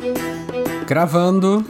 Gravando.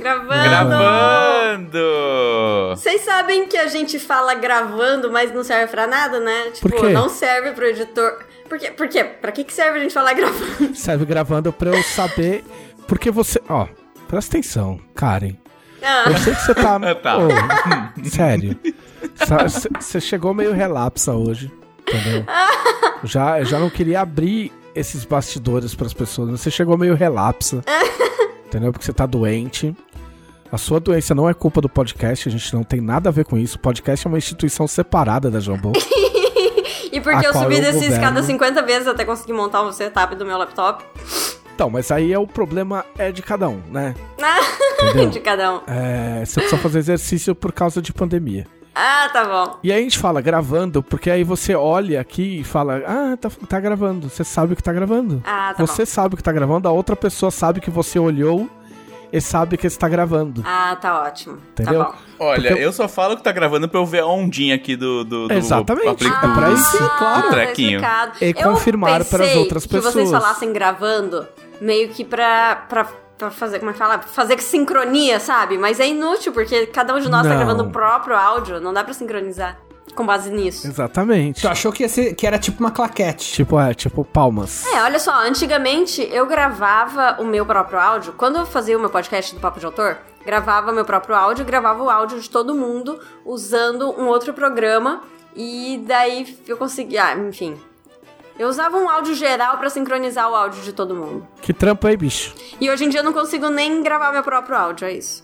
Vocês sabem que a gente fala gravando, mas não serve pra nada, né? Tipo, Por quê? Não serve pro editor. Por quê? Pra que serve a gente falar gravando? Serve gravando pra eu saber. Porque você. Ó, presta atenção, Karen. Eu sei que você tá. Tá. Ô, sério. Você chegou meio relapsa hoje, entendeu? Eu já não queria abrir esses bastidores pras pessoas. Você chegou meio relapsa. Entendeu? Porque você tá doente. A sua doença não é culpa do podcast, a gente não tem nada a ver com isso. O podcast é uma instituição separada da Jambô. E porque eu subi dessa escada 50 vezes até conseguir montar um setup do meu laptop. Então, mas aí o problema é de cada um, né? Entendeu? De cada um. Você precisa fazer exercício por causa de pandemia. Ah, tá bom. E aí a gente fala gravando, porque aí você olha aqui e fala, tá gravando. Você sabe que tá gravando. Ah, tá Você sabe que tá gravando, a outra pessoa sabe que você olhou e sabe que você tá gravando. Ah, tá ótimo. Entendeu? Tá bom. Olha, Porque eu só falo que tá gravando pra eu ver a ondinha aqui do Exatamente. do É pra isso, claro. do trequinho. Tá E confirmar para as outras que vocês pessoas. falassem gravando, meio que pra fazer, como é que fala? Fazer sincronia, sabe? Mas é inútil, porque cada um de nós tá gravando o próprio áudio, não dá pra sincronizar com base nisso. Exatamente. Tu achou que era tipo uma claquete. Tipo palmas. Olha só, antigamente eu gravava o meu próprio áudio. Quando eu fazia o meu podcast do Papo de Autor, gravava meu próprio áudio, gravava o áudio de todo mundo usando um outro programa. E daí eu conseguia, enfim. Eu usava um áudio geral pra sincronizar o áudio de todo mundo. Que trampo aí, bicho. E hoje em dia eu não consigo nem gravar meu próprio áudio, é isso.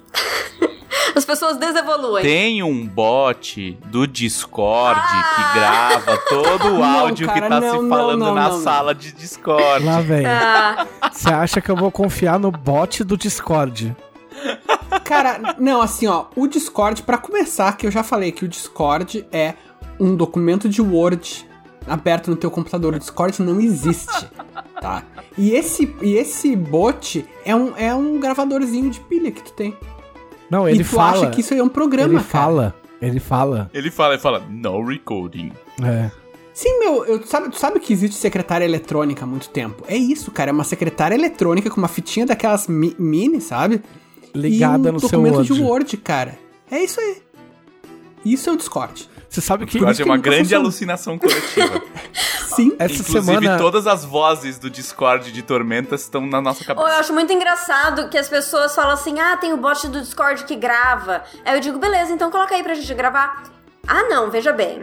As pessoas desevoluem. Tem um bot do Discord que grava todo o áudio que tá se falando na sala de Discord. Lá vem. Você acha que eu vou confiar no bot do Discord? Cara, não, assim, ó, o Discord, pra começar, que eu já falei que o Discord é um documento de Word aberto no teu computador. O Discord não existe, tá? E esse bot é um gravadorzinho de pilha que tu tem. Não, ele fala. E tu acha que isso aí é um programa, cara. Ele fala. Ele fala, no recording. É. Sim, tu sabe que existe secretária eletrônica há muito tempo. É isso, cara, é uma secretária eletrônica com uma fitinha daquelas mini, sabe? Ligada no seu Word. documento de Word, cara. É isso aí. Isso é o Discord. Você sabe que... Discord é uma grande alucinação coletiva. Sim. Essa Inclusive, semana... todas as vozes do Discord de Tormentas estão na nossa cabeça. Eu acho muito engraçado que as pessoas falam assim, tem o bot do Discord que grava. Aí eu digo, beleza, então coloca aí pra gente gravar. Ah, não, veja bem.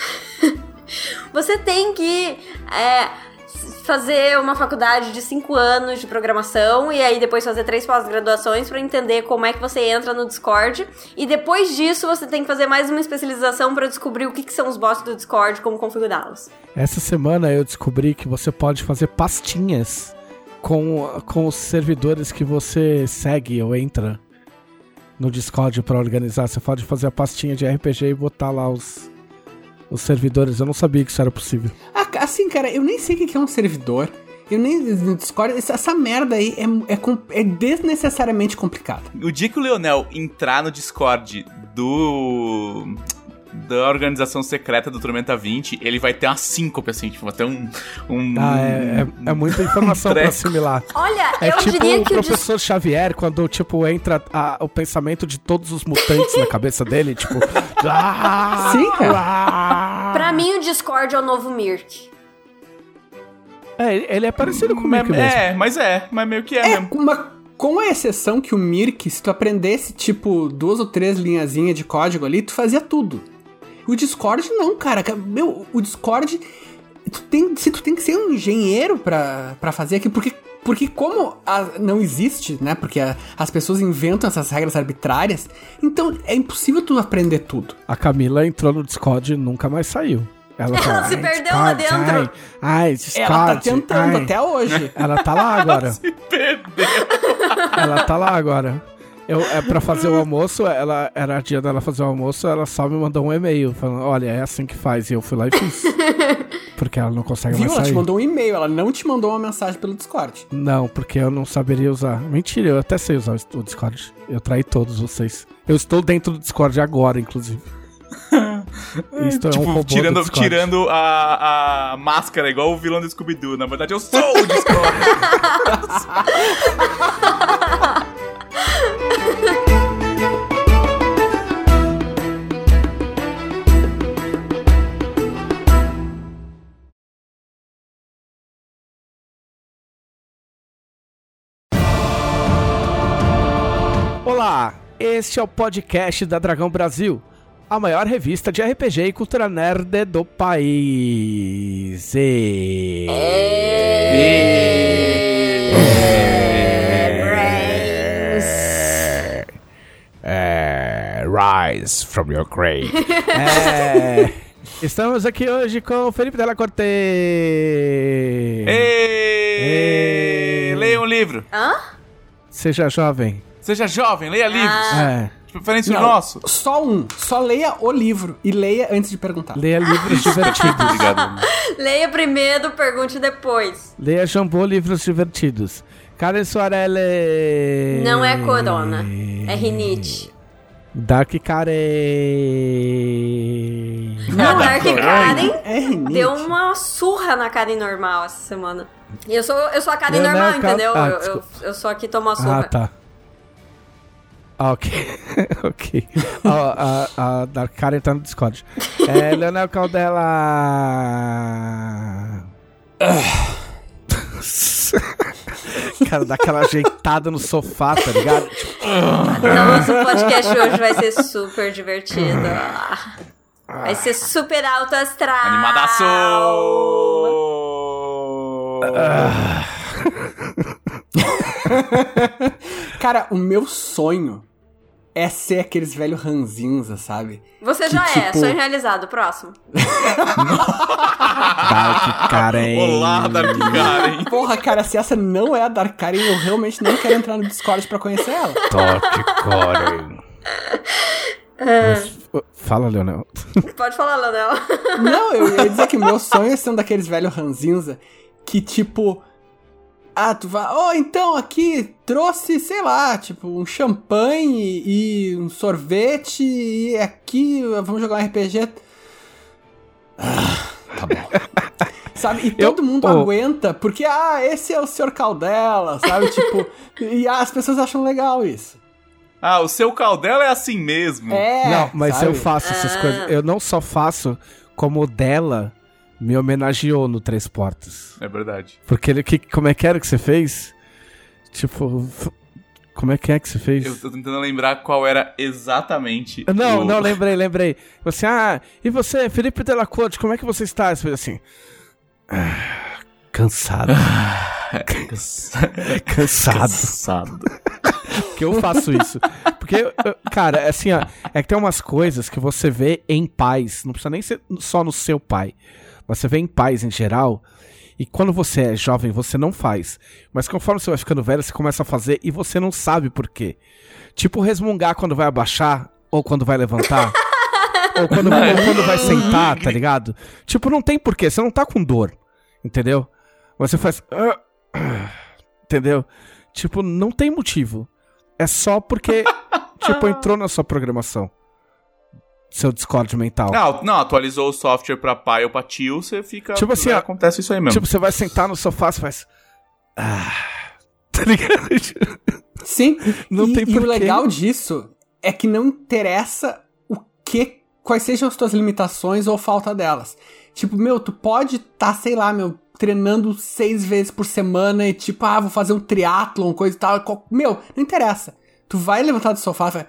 Você tem que fazer uma faculdade de 5 anos de programação e aí depois fazer 3 pós-graduações pra entender como é que você entra no Discord. E depois disso você tem que fazer mais uma especialização pra descobrir o que são os bots do Discord e como configurá-los. Essa semana eu descobri que você pode fazer pastinhas com os servidores que você segue ou entra no Discord pra organizar. Você pode fazer a pastinha de RPG e botar lá os servidores. Eu não sabia que isso era possível. Assim, cara, eu nem sei o que é um servidor. Eu nem... No Discord, essa merda aí é desnecessariamente complicada. O dia que o Leonel entrar no Discord da organização secreta do Tormenta 20, ele vai ter uma síncope, assim, tipo, vai ter é muita informação pra assimilar. Olha, eu tipo diria que o professor Xavier, quando, tipo, entra o pensamento de todos os mutantes na cabeça dele, tipo... Sim, cara. Pra mim, o Discord é o novo Mirk. Ele é parecido com o Mirk mesmo. Mas meio que é mesmo. Com a exceção que o Mirk, se tu aprendesse, tipo, 2 ou 3 linhazinhas de código ali, tu fazia tudo. O Discord não, cara. Meu, o Discord... Tu tem que ser um engenheiro pra fazer aquilo, porque como não existe, né? Porque as pessoas inventam essas regras arbitrárias, então é impossível tu aprender tudo. A Camila entrou no Discord e nunca mais saiu. Ela se perdeu lá dentro. Discord, ela tá tentando até hoje. Ela tá lá agora. Ela se perdeu. Ela tá lá agora. Pra fazer o almoço, era dia dela fazer o almoço, ela só me mandou um e-mail falando, olha, é assim que faz. E eu fui lá e fiz. Porque ela não consegue mais sair. Ela te mandou um e-mail, ela não te mandou uma mensagem pelo Discord. Não, porque eu não saberia usar. Mentira, eu até sei usar o Discord. Eu traí todos vocês. Eu estou dentro do Discord agora, inclusive. Isto tipo, é um robô tirando a máscara, igual o vilão do Scooby-Doo. Na verdade, eu sou o Discord. Olá, este é o podcast da Dragão Brasil, a maior revista de RPG e cultura nerd do país. Rise from your grave. Estamos aqui hoje com o Felipe Della Corte. Leia um livro. Hã? Seja jovem. Seja jovem, leia livros. De preferência o Não, nosso. Só leia o livro e leia antes de perguntar. Leia livros divertidos. Obrigado. Leia primeiro, pergunte depois. Leia Jambô, livros divertidos. Karen Soarelle. Não é corona, é rinite. Dark Karen. Não, Dark Karen É rinite. deu uma surra na Karen normal essa semana. E eu sou a Karen Não, normal, não, entendeu? desculpa. Eu sou a que toma a surra. Ah, tá. Ok. Ok. A Dark Karen tá no Discord. Leonel Caldela. Cara, dá aquela ajeitada no sofá, tá ligado? Nossa, o podcast hoje vai ser super divertido. Vai ser super alto astral. Animadaço! Cara, o meu sonho é ser aqueles velhos ranzinza, sabe? Você Que já é, tipo- sonho realizado. Próximo. Dark Karen. Olá, Dark Karen. Porra, cara, se essa não é a Dark Karen, eu realmente não quero entrar no Discord pra conhecer ela. Dark Karen. Fala, Leonel. Pode falar, Leonel. Não, eu ia dizer que meu sonho é ser um daqueles velhos ranzinza que, tipo... Ah, tu vai... Oh, então, aqui trouxe, sei lá, tipo, um champanhe e um sorvete e aqui vamos jogar um RPG. Tá bom. Sabe? E todo mundo aguenta, porque, esse é o Sr. Caldela, sabe? Tipo, e as pessoas acham legal isso. O seu Caldela é assim mesmo. Não, mas sabe? eu faço essas coisas. Eu não só faço, como o dela me homenageou no Três Portas. É verdade. Porque ele, como é que era que você fez? Tipo, como é que você fez? Eu tô tentando lembrar qual era exatamente. Não, lembrei. Você, e você, Felipe Della Corte, como é que você está? Você fez assim. Cansado. Cansado. Porque eu faço isso. Porque, cara, assim, ó, é que tem umas coisas que você vê em pais. Não precisa nem ser só no seu pai. Mas você vê em pais em geral. E quando você é jovem, você não faz. Mas conforme você vai ficando velho, você começa a fazer e você não sabe por quê. Tipo, resmungar quando vai abaixar, ou quando vai levantar, ou quando vai sentar, tá ligado? Tipo, não tem porquê, você não tá com dor, entendeu? Você faz... entendeu? Tipo, não tem motivo. É só porque, tipo, entrou na sua programação. Seu Discord mental. Não, atualizou o software pra pai ou pra tio, você fica... Tipo assim, acontece isso aí mesmo. Tipo, você vai sentar no sofá, você faz... tá ligado? Sim, Não tem e porquê. o legal disso é que não interessa quais sejam as tuas limitações ou falta delas. Tipo, tu pode tá, sei lá, treinando 6 vezes por semana e tipo, vou fazer um triatlon, coisa e tal. Não interessa. Tu vai levantar do sofá e vai...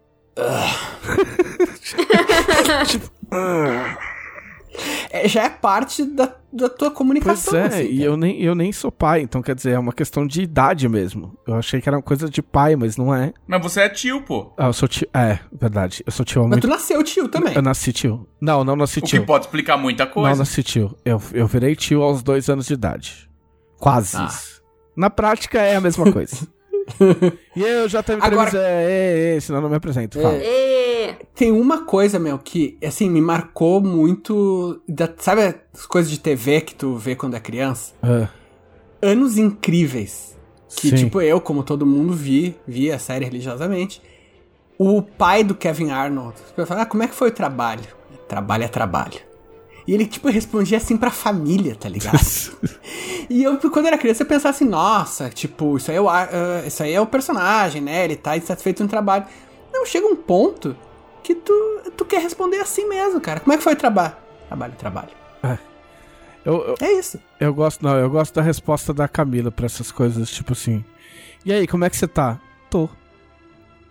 tipo, já é parte da tua comunicação. Pois assim, e eu nem sou pai, então quer dizer, é uma questão de idade mesmo. Eu achei que era uma coisa de pai, mas não é. Mas você é tio, pô. Eu sou tio. É, verdade. Eu sou tio há Mas muito... tu nasceu tio também. Eu nasci tio. Não nasci O tio. que pode explicar muita coisa. Não nasci tio. Eu virei tio aos 2 anos de idade. Quase. Na prática é a mesma coisa. E eu já tenho Agora... senão eu não me apresento. Fala. Tem uma coisa, que, assim, me marcou muito... Sabe as coisas de TV que tu vê quando é criança? Anos Incríveis. Que, Sim. tipo, eu, como todo mundo, vi a série religiosamente. O pai do Kevin Arnold fala, como é que foi o trabalho? Trabalho é trabalho. E ele, tipo, respondia assim pra família, tá ligado? E eu, quando era criança, eu pensava assim, nossa, tipo, isso aí é o personagem, né? Ele tá insatisfeito no trabalho. Não, chega um ponto que tu quer responder assim mesmo, cara. Como é que foi o trabalho? Trabalho. É isso. Eu gosto da resposta da Camila pra essas coisas, tipo assim. E aí, como é que você tá? Tô.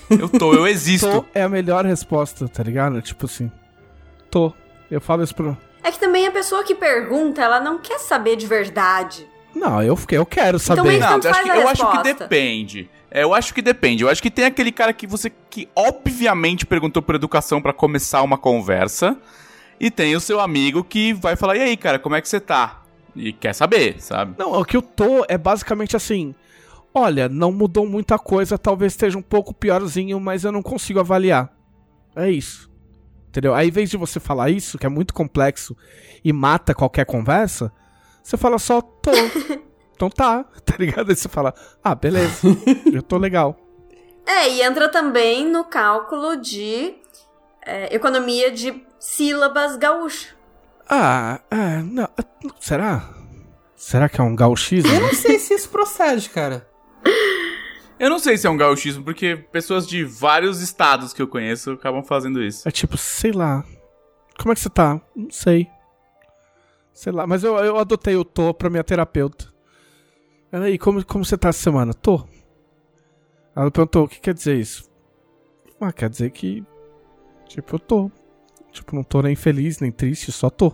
Eu existo. Tô é a melhor resposta, tá ligado? Tipo assim, tô. Eu falo isso pro... É que também a pessoa que pergunta, ela não quer saber de verdade. Não, eu quero saber. Então, Não, tanto faz a eu acho que resposta. depende. Eu acho que depende. Eu acho que tem aquele cara que obviamente perguntou por educação pra começar uma conversa. E tem o seu amigo que vai falar, e aí, cara, como é que você tá? E quer saber, sabe? Não, o que eu tô é basicamente assim... Olha, não mudou muita coisa, talvez esteja um pouco piorzinho, mas eu não consigo avaliar. É isso. Entendeu? Aí, em vez de você falar isso, que é muito complexo, e mata qualquer conversa, você fala só, tô. Então tá ligado? Aí você fala, beleza, eu tô legal. E entra também no cálculo de economia de sílabas gaúcho. Não, será? Será que é um gauchismo? Eu não sei se isso procede, cara. Eu não sei se é um gauchismo, porque pessoas de vários estados que eu conheço acabam fazendo isso. É tipo, sei lá. Como é que você tá? Não sei. Sei lá, mas eu adotei o tô pra minha terapeuta. Ela aí, como você tá essa semana? Tô. Ela perguntou, o que quer dizer isso? Quer dizer que... Tipo, eu tô. Tipo, não tô nem feliz, nem triste, só tô.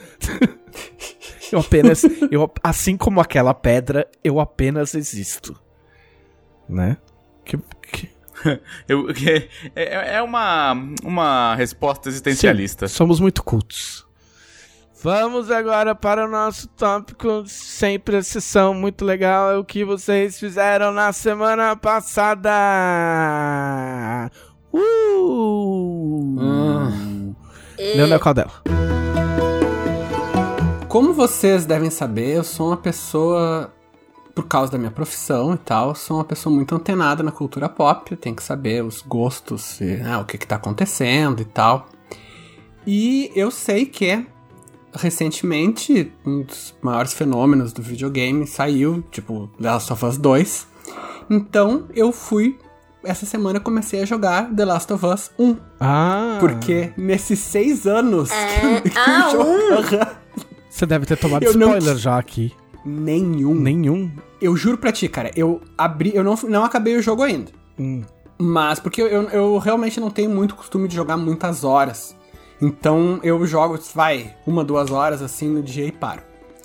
Assim como aquela pedra, eu apenas existo. Né? É uma resposta existencialista. Sim, somos muito cultos. Vamos agora para o nosso tópico, sempre a sessão muito legal, é o que vocês fizeram na semana passada. Leonel Caldela. Como vocês devem saber, eu sou uma pessoa, por causa da minha profissão e tal, sou uma pessoa muito antenada na cultura pop, eu tenho que saber os gostos, o que tá acontecendo e tal. E eu sei que, recentemente, um dos maiores fenômenos do videogame saiu, tipo The Last of Us 2. Então, essa semana comecei a jogar The Last of Us 1. Porque nesses 6 anos que o jogo... Você deve ter tomado spoiler já aqui. Nenhum? Eu juro pra ti, cara, eu não acabei o jogo ainda. Mas porque eu realmente não tenho muito costume de jogar muitas horas. Então eu jogo, 1-2 horas assim no dia e paro.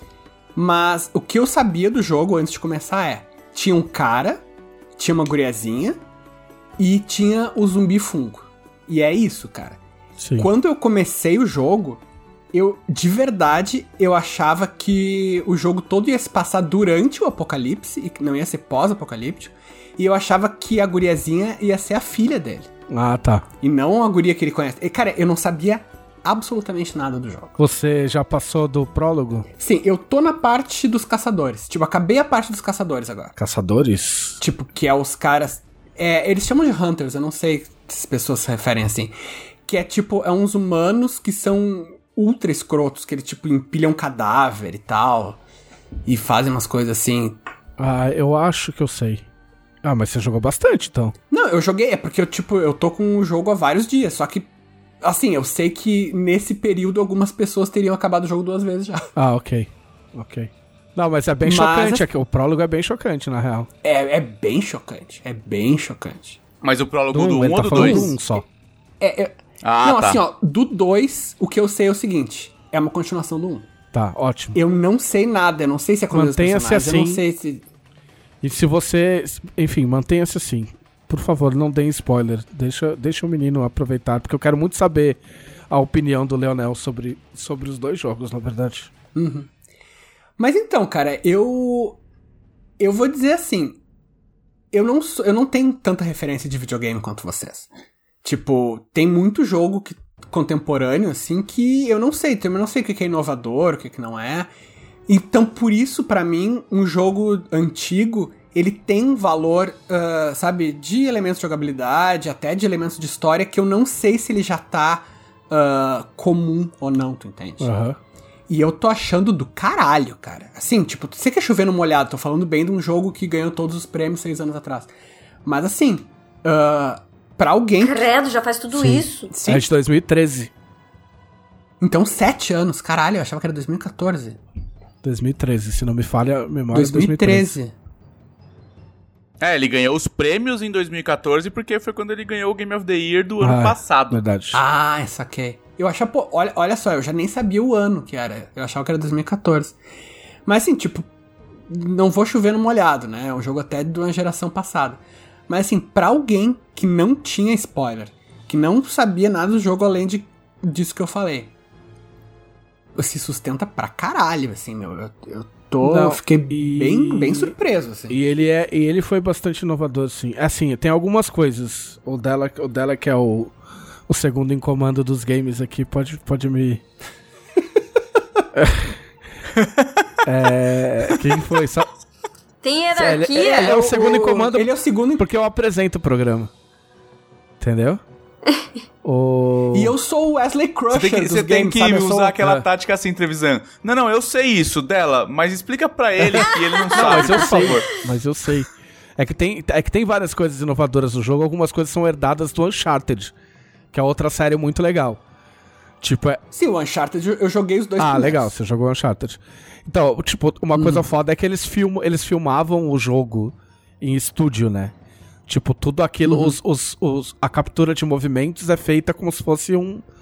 Mas o que eu sabia do jogo antes de começar tinha um cara, tinha uma guriazinha e tinha o zumbi fungo. E é isso, cara. Sim. Quando eu comecei o jogo, de verdade, eu achava que o jogo todo ia se passar durante o apocalipse e que não ia ser pós-apocalíptico. E eu achava que a guriazinha ia ser a filha dele. Tá. E não a guria que ele conhece. E, cara, eu não sabia absolutamente nada do jogo. Você já passou do prólogo? Sim, eu tô na parte dos caçadores. Tipo, acabei a parte dos caçadores agora. Caçadores? Tipo, que é os caras... eles chamam de Hunters, eu não sei se as pessoas se referem assim. Que é tipo, uns humanos que são ultra escrotos, que eles tipo empilham cadáver e tal. E fazem umas coisas assim. Eu acho que eu sei. Mas você jogou bastante, então. Não, eu joguei, porque eu tô com o jogo há vários dias, só que, assim, eu sei que nesse período algumas pessoas teriam acabado o jogo 2 vezes já. Ok. Não, mas é bem chocante, o prólogo é bem chocante, na real. É bem chocante. Mas o prólogo do 1 ou do 2? Do 1 só. Não, tá. Assim, do 2, o que eu sei é o seguinte, é uma continuação do 1. Tá, ótimo. Eu não sei nada, eu não sei se é com os personagens, assim. Eu não sei se... E se você... Enfim, mantenha-se assim. Por favor, não deem spoiler. Deixa o menino aproveitar, porque eu quero muito saber a opinião do Leonel sobre os 2 jogos, na verdade. Uhum. Mas então, cara, eu vou dizer assim, eu não tenho tanta referência de videogame quanto vocês. Tipo, tem muito jogo contemporâneo, assim, que eu não sei o que é inovador, o que não é. Então, por isso, pra mim, um jogo antigo, ele tem um valor, sabe, de elementos de jogabilidade, até de elementos de história, que eu não sei se ele já tá comum ou não, tu entende? Uhum. E eu tô achando do caralho, cara. Assim, tipo, você quer chover no molhado, tô falando bem de um jogo que ganhou todos os prêmios 6 anos atrás. Mas assim, pra alguém... Credo, já faz tudo isso. Sim. É de 2013. Então 7 anos, caralho, eu achava que era 2014. 2013, se não me falha a memória. 2013. Ele ganhou os prêmios em 2014 porque foi quando ele ganhou o Game of the Year do ano passado. Verdade. Saquei. Eu achava, pô, olha só, eu já nem sabia o ano que era. Eu achava que era 2014. Mas assim, tipo, não vou chover no molhado, né? É um jogo até de uma geração passada. Mas assim, pra alguém que não tinha spoiler, que não sabia nada do jogo além disso que eu falei, se sustenta pra caralho, assim, meu. Eu fiquei bem surpreso, assim. E ele foi bastante inovador, sim. Assim, tem algumas coisas. O dela que é o segundo em comando dos games aqui, pode me... Quem foi? Tem hierarquia? Ele é o segundo em comando. Ele é o segundo porque eu apresento o programa. Entendeu? E eu sou o Wesley Crusher Você tem que usar aquela tática assim, entrevistando. Não, eu sei isso dela, mas explica pra ele que ele não sabe, mas eu por sei, favor. Mas eu sei. É que tem várias coisas inovadoras no jogo, algumas coisas são herdadas do Uncharted, que é outra série muito legal. Tipo, Sim, o Uncharted, eu joguei os dois primeiros. Legal, você jogou o Uncharted. Então, tipo, uma coisa foda é que eles filmavam o jogo em estúdio, né? Tipo, tudo aquilo, a captura de movimentos é feita como se fosse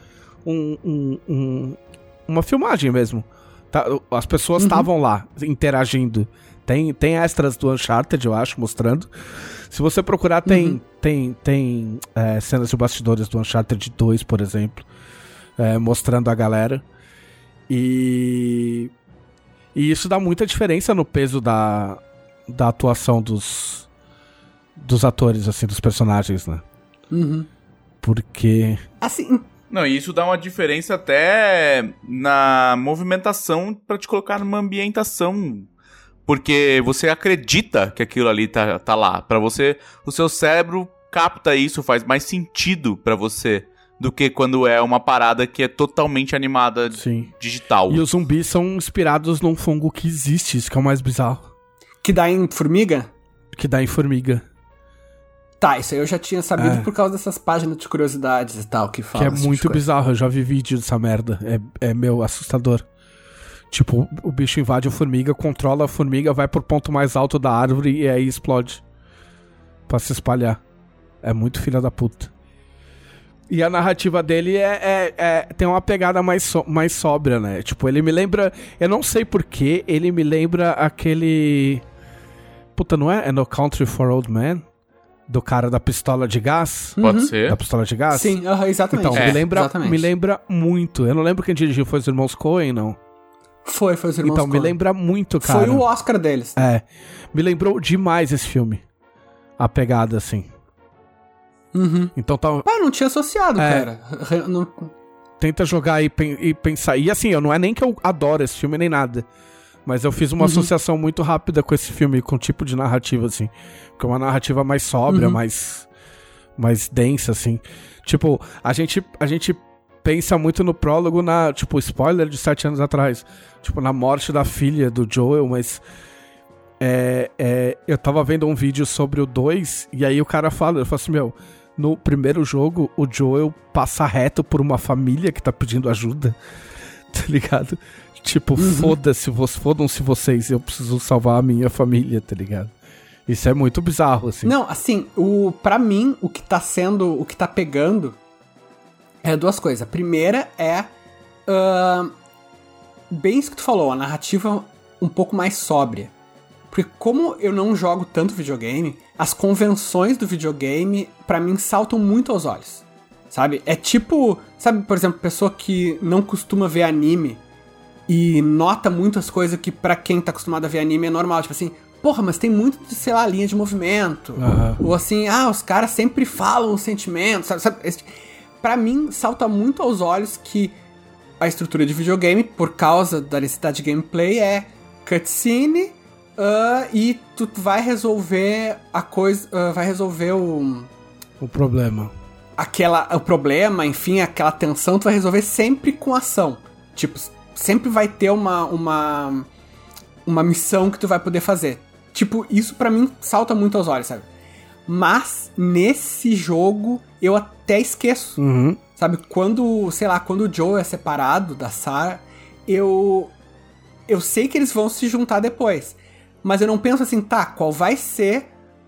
uma filmagem mesmo. Tá, as pessoas estavam lá, interagindo. Tem extras do Uncharted, eu acho, mostrando. Se você procurar, tem cenas de bastidores do Uncharted 2, por exemplo, mostrando a galera. E isso dá muita diferença no peso da atuação dos atores, assim, dos personagens, né? Porque... Assim... Não, e isso dá uma diferença até na movimentação pra te colocar numa ambientação. Porque você acredita que aquilo ali tá lá. Pra você, o seu cérebro capta isso, faz mais sentido pra você do que quando é uma parada que é totalmente animada, sim, digital. E os zumbis são inspirados num fungo que existe, isso que é o mais bizarro. Que dá em formiga? Que dá em formiga. Tá, isso aí eu já tinha sabido por causa dessas páginas de curiosidades e tal que falam. Que é muito bizarro, eu já vi vídeo dessa merda. É meu, assustador. Tipo, o bicho invade a formiga, controla a formiga, vai pro ponto mais alto da árvore e aí explode. Pra se espalhar. É muito filha da puta. E a narrativa dele tem uma pegada mais sóbria, né? Tipo, ele me lembra... Eu não sei porquê, ele me lembra aquele... Puta, não é? É No Country for Old Men? Do cara da pistola de gás? Pode ser. Da pistola de gás? Sim, exatamente. Então, me lembra muito. Eu não lembro quem dirigiu, foi os irmãos Coen, não? Foi os irmãos Então, Coen. me lembra muito, cara. Foi o Oscar deles. Me lembrou demais esse filme. A pegada, assim. Então tá... não tinha associado, cara. Não... Tenta jogar e pensar. E assim, não é nem que eu adoro esse filme nem nada. Mas eu fiz uma associação muito rápida com esse filme, com o tipo de narrativa, assim. Porque é uma narrativa mais sóbria, mais densa, assim. Tipo, a gente pensa muito no prólogo tipo, spoiler de 7 anos atrás. Tipo, na morte da filha do Joel, mas... eu tava vendo um vídeo sobre o 2, e aí o cara fala assim, no primeiro jogo, o Joel passa reto por uma família que tá pedindo ajuda, tá ligado? Tipo, fodam-se vocês, eu preciso salvar a minha família, tá ligado? Isso é muito bizarro, assim. Não, assim, pra mim, o que tá pegando é duas coisas. A primeira é, bem isso que tu falou, a narrativa um pouco mais sóbria. Porque como eu não jogo tanto videogame, as convenções do videogame, pra mim, saltam muito aos olhos, sabe? É tipo, sabe, por exemplo, pessoa que não costuma ver anime e nota muitas coisas que pra quem tá acostumado a ver anime é normal, tipo assim, porra, mas tem muito de, sei lá, linha de movimento, ou assim, os caras sempre falam os sentimentos, sabe? Pra mim, salta muito aos olhos que a estrutura de videogame, por causa da necessidade de gameplay, é cutscene, e tu vai resolver a coisa, vai resolver o problema. O problema, enfim, aquela tensão, tu vai resolver sempre com ação. Tipo, sempre vai ter uma missão que tu vai poder fazer. Tipo, isso pra mim salta muito aos olhos, sabe? Mas, nesse jogo, eu até esqueço. Sabe? Quando, sei lá, quando o Joe é separado da Sarah, eu sei que eles vão se juntar depois. Mas eu não penso assim, qual vai ser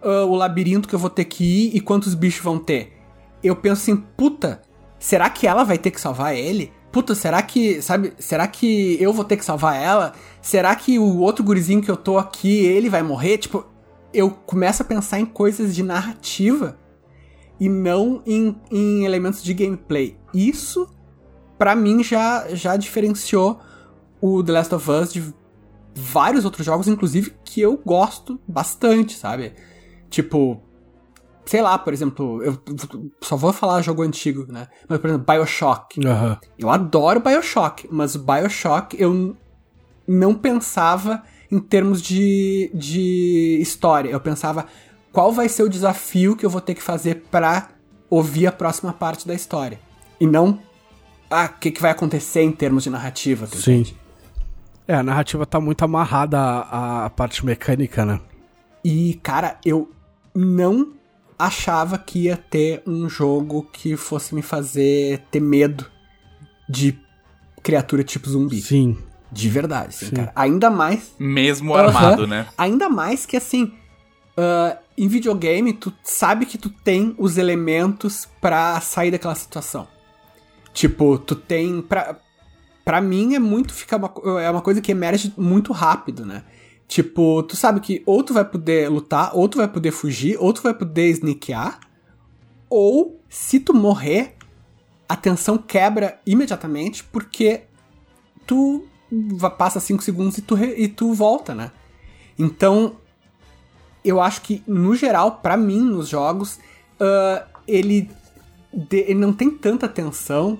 o labirinto que eu vou ter que ir e quantos bichos vão ter. Eu penso assim, puta, será que ela vai ter que salvar ele? Puta, será que eu vou ter que salvar ela? Será que o outro gurizinho que eu tô aqui, ele vai morrer? Tipo, eu começo a pensar em coisas de narrativa e não em elementos de gameplay. Isso, pra mim, já diferenciou o The Last of Us de vários outros jogos, inclusive, que eu gosto bastante, sabe? Tipo, sei lá, por exemplo, eu só vou falar jogo antigo, né? Mas, por exemplo, BioShock. Uhum. Eu adoro BioShock, mas o BioShock eu não pensava em termos de história. Eu pensava, qual vai ser o desafio que eu vou ter que fazer pra ouvir a próxima parte da história? E não, o que vai acontecer em termos de narrativa, tu Sim. entende? A narrativa tá muito amarrada à parte mecânica, né? E, cara, eu não achava que ia ter um jogo que fosse me fazer ter medo de criatura tipo zumbi. Sim. De verdade, sim, Sim. cara. Ainda mais... Mesmo armado, né? Ainda mais que, assim, em videogame, tu sabe que tu tem os elementos pra sair daquela situação. Tipo, tu tem... Pra mim, é uma coisa que emerge muito rápido, né? Tipo, tu sabe que ou tu vai poder lutar, ou tu vai poder fugir, ou tu vai poder sneakear, ou, se tu morrer, a tensão quebra imediatamente, porque tu passa 5 segundos e tu volta, né? Então, eu acho que, no geral, pra mim, nos jogos, ele não tem tanta tensão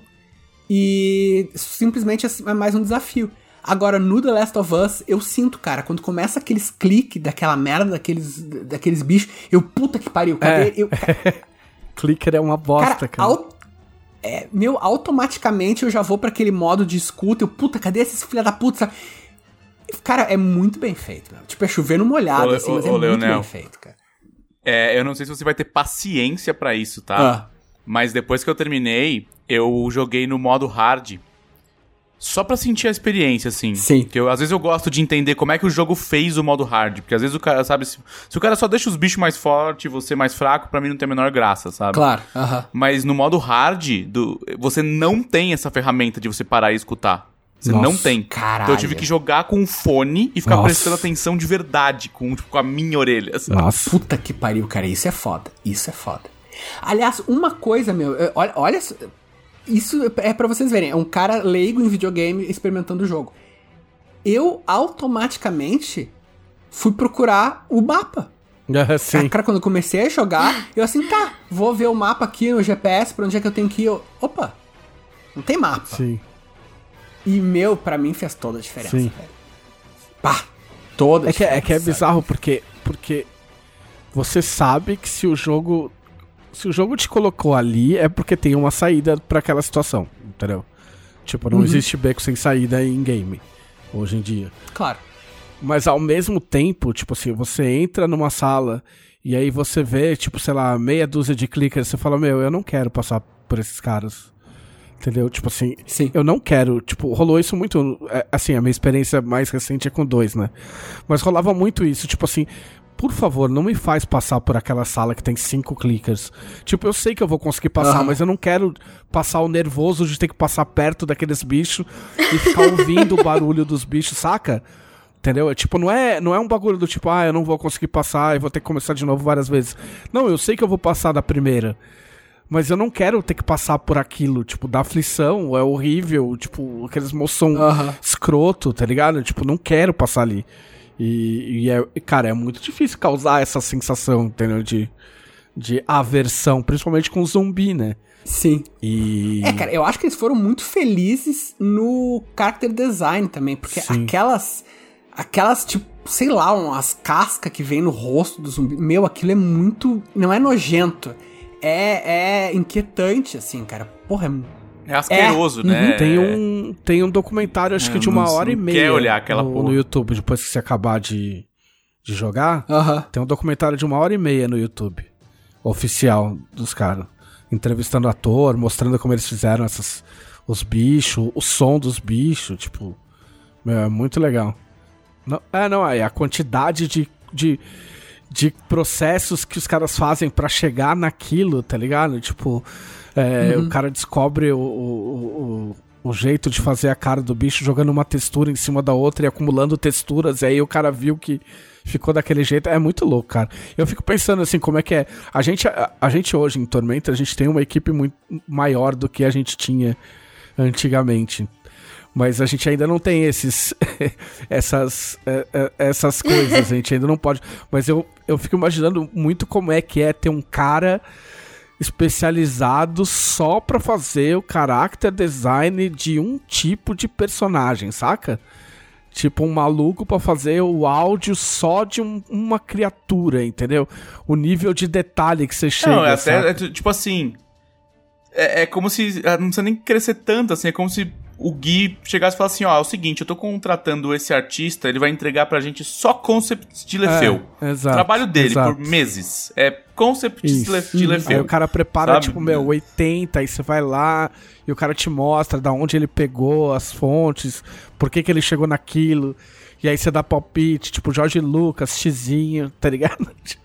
e simplesmente é mais um desafio. Agora, no The Last of Us, eu sinto, cara, quando começa aqueles cliques daquela merda, daqueles bichos, puta que pariu, cadê? Clicker é uma bosta, cara. Automaticamente eu já vou pra aquele modo de escuta, puta, cadê esses filha da puta? Sabe? Cara, é muito bem feito, meu. Tipo, é chover no molhado, assim, mas é muito bem feito, cara. Eu não sei se você vai ter paciência pra isso, tá? Mas depois que eu terminei, eu joguei no modo hard, só pra sentir a experiência, assim. Sim. Porque às vezes eu gosto de entender como é que o jogo fez o modo hard. Porque às vezes o cara, sabe, se o cara só deixa os bichos mais fortes e você mais fraco, pra mim não tem a menor graça, sabe? Claro, Mas no modo hard, você não tem essa ferramenta de você parar e escutar. Você não tem. Caralho. Então eu tive que jogar com um fone e ficar prestando atenção de verdade, com a minha orelha, sabe? Nossa. Puta que pariu, cara, isso é foda. Aliás, uma coisa, meu, olha... Isso é pra vocês verem, é um cara leigo em videogame experimentando o jogo. Eu automaticamente fui procurar o mapa. Sim. Cara, quando eu comecei a jogar, eu assim, tá, vou ver o mapa aqui no GPS, pra onde é que eu tenho que ir. Opa, não tem mapa. Sim. E, pra mim fez toda a diferença, Sim. velho. Pá, toda a diferença. É que é bizarro, porque você sabe que se o jogo te colocou ali, é porque tem uma saída pra aquela situação, entendeu? Tipo, não existe beco sem saída em game, hoje em dia. Claro. Mas ao mesmo tempo, tipo assim, você entra numa sala e aí você vê, tipo, sei lá, meia dúzia de clickers, você fala, eu não quero passar por esses caras. Entendeu? Tipo assim, Sim. Eu não quero, tipo, rolou isso muito, assim, a minha experiência mais recente é com 2, né? Mas rolava muito isso, tipo assim, por favor, não me faz passar por aquela sala que tem 5 clickers. Tipo, eu sei que eu vou conseguir passar, mas eu não quero passar o nervoso de ter que passar perto daqueles bichos e ficar ouvindo o barulho dos bichos, saca? Entendeu? Tipo, não é um bagulho do tipo, eu não vou conseguir passar e vou ter que começar de novo várias vezes. Não, eu sei que eu vou passar da primeira. Mas eu não quero ter que passar por aquilo, tipo, da aflição, é horrível, tipo, aqueles moção escroto, tá ligado? Tipo, não quero passar ali. Cara, é muito difícil causar essa sensação, entendeu? De aversão, principalmente com zumbi, né? Sim. Cara, eu acho que eles foram muito felizes no character design também, porque aquelas, tipo, sei lá, umas cascas que vem no rosto do zumbi, aquilo é muito, não é nojento, é inquietante, assim, cara, porra, é asqueroso, né? Tem um documentário, acho que de 1h30 quer olhar aquela porra no YouTube, depois que você acabar de jogar. Tem um documentário de 1h30 no YouTube, oficial dos caras, entrevistando ator, mostrando como eles fizeram os bichos, o som dos bichos, tipo, é muito legal. A quantidade de processos que os caras fazem pra chegar naquilo, tá ligado? Tipo, o cara descobre o jeito de fazer a cara do bicho jogando uma textura em cima da outra e acumulando texturas, e aí o cara viu que ficou daquele jeito. É muito louco, cara. Eu fico pensando assim, como é que é. A gente hoje em Tormenta, a gente tem uma equipe muito maior do que a gente tinha antigamente. Mas a gente ainda não tem essas coisas, a gente ainda não pode. Mas eu fico imaginando muito como é que é ter um cara especializado só pra fazer o character design de um tipo de personagem, saca? Tipo, um maluco pra fazer o áudio só de uma criatura, entendeu? O nível de detalhe que você chega. Não, até, tipo assim... É como se... Não precisa nem crescer tanto, assim. É como se o Gui chegasse e falasse assim, ó, é o seguinte, eu tô contratando esse artista, ele vai entregar pra gente só concepts de Lefeu. Exato. Trabalho dele por meses. É concepts de Lefeu. Aí o cara prepara, sabe? Tipo, 80, aí você vai lá e o cara te mostra da onde ele pegou as fontes, por que ele chegou naquilo. E aí você dá palpite, tipo, Jorge Lucas, Xizinho, tá ligado?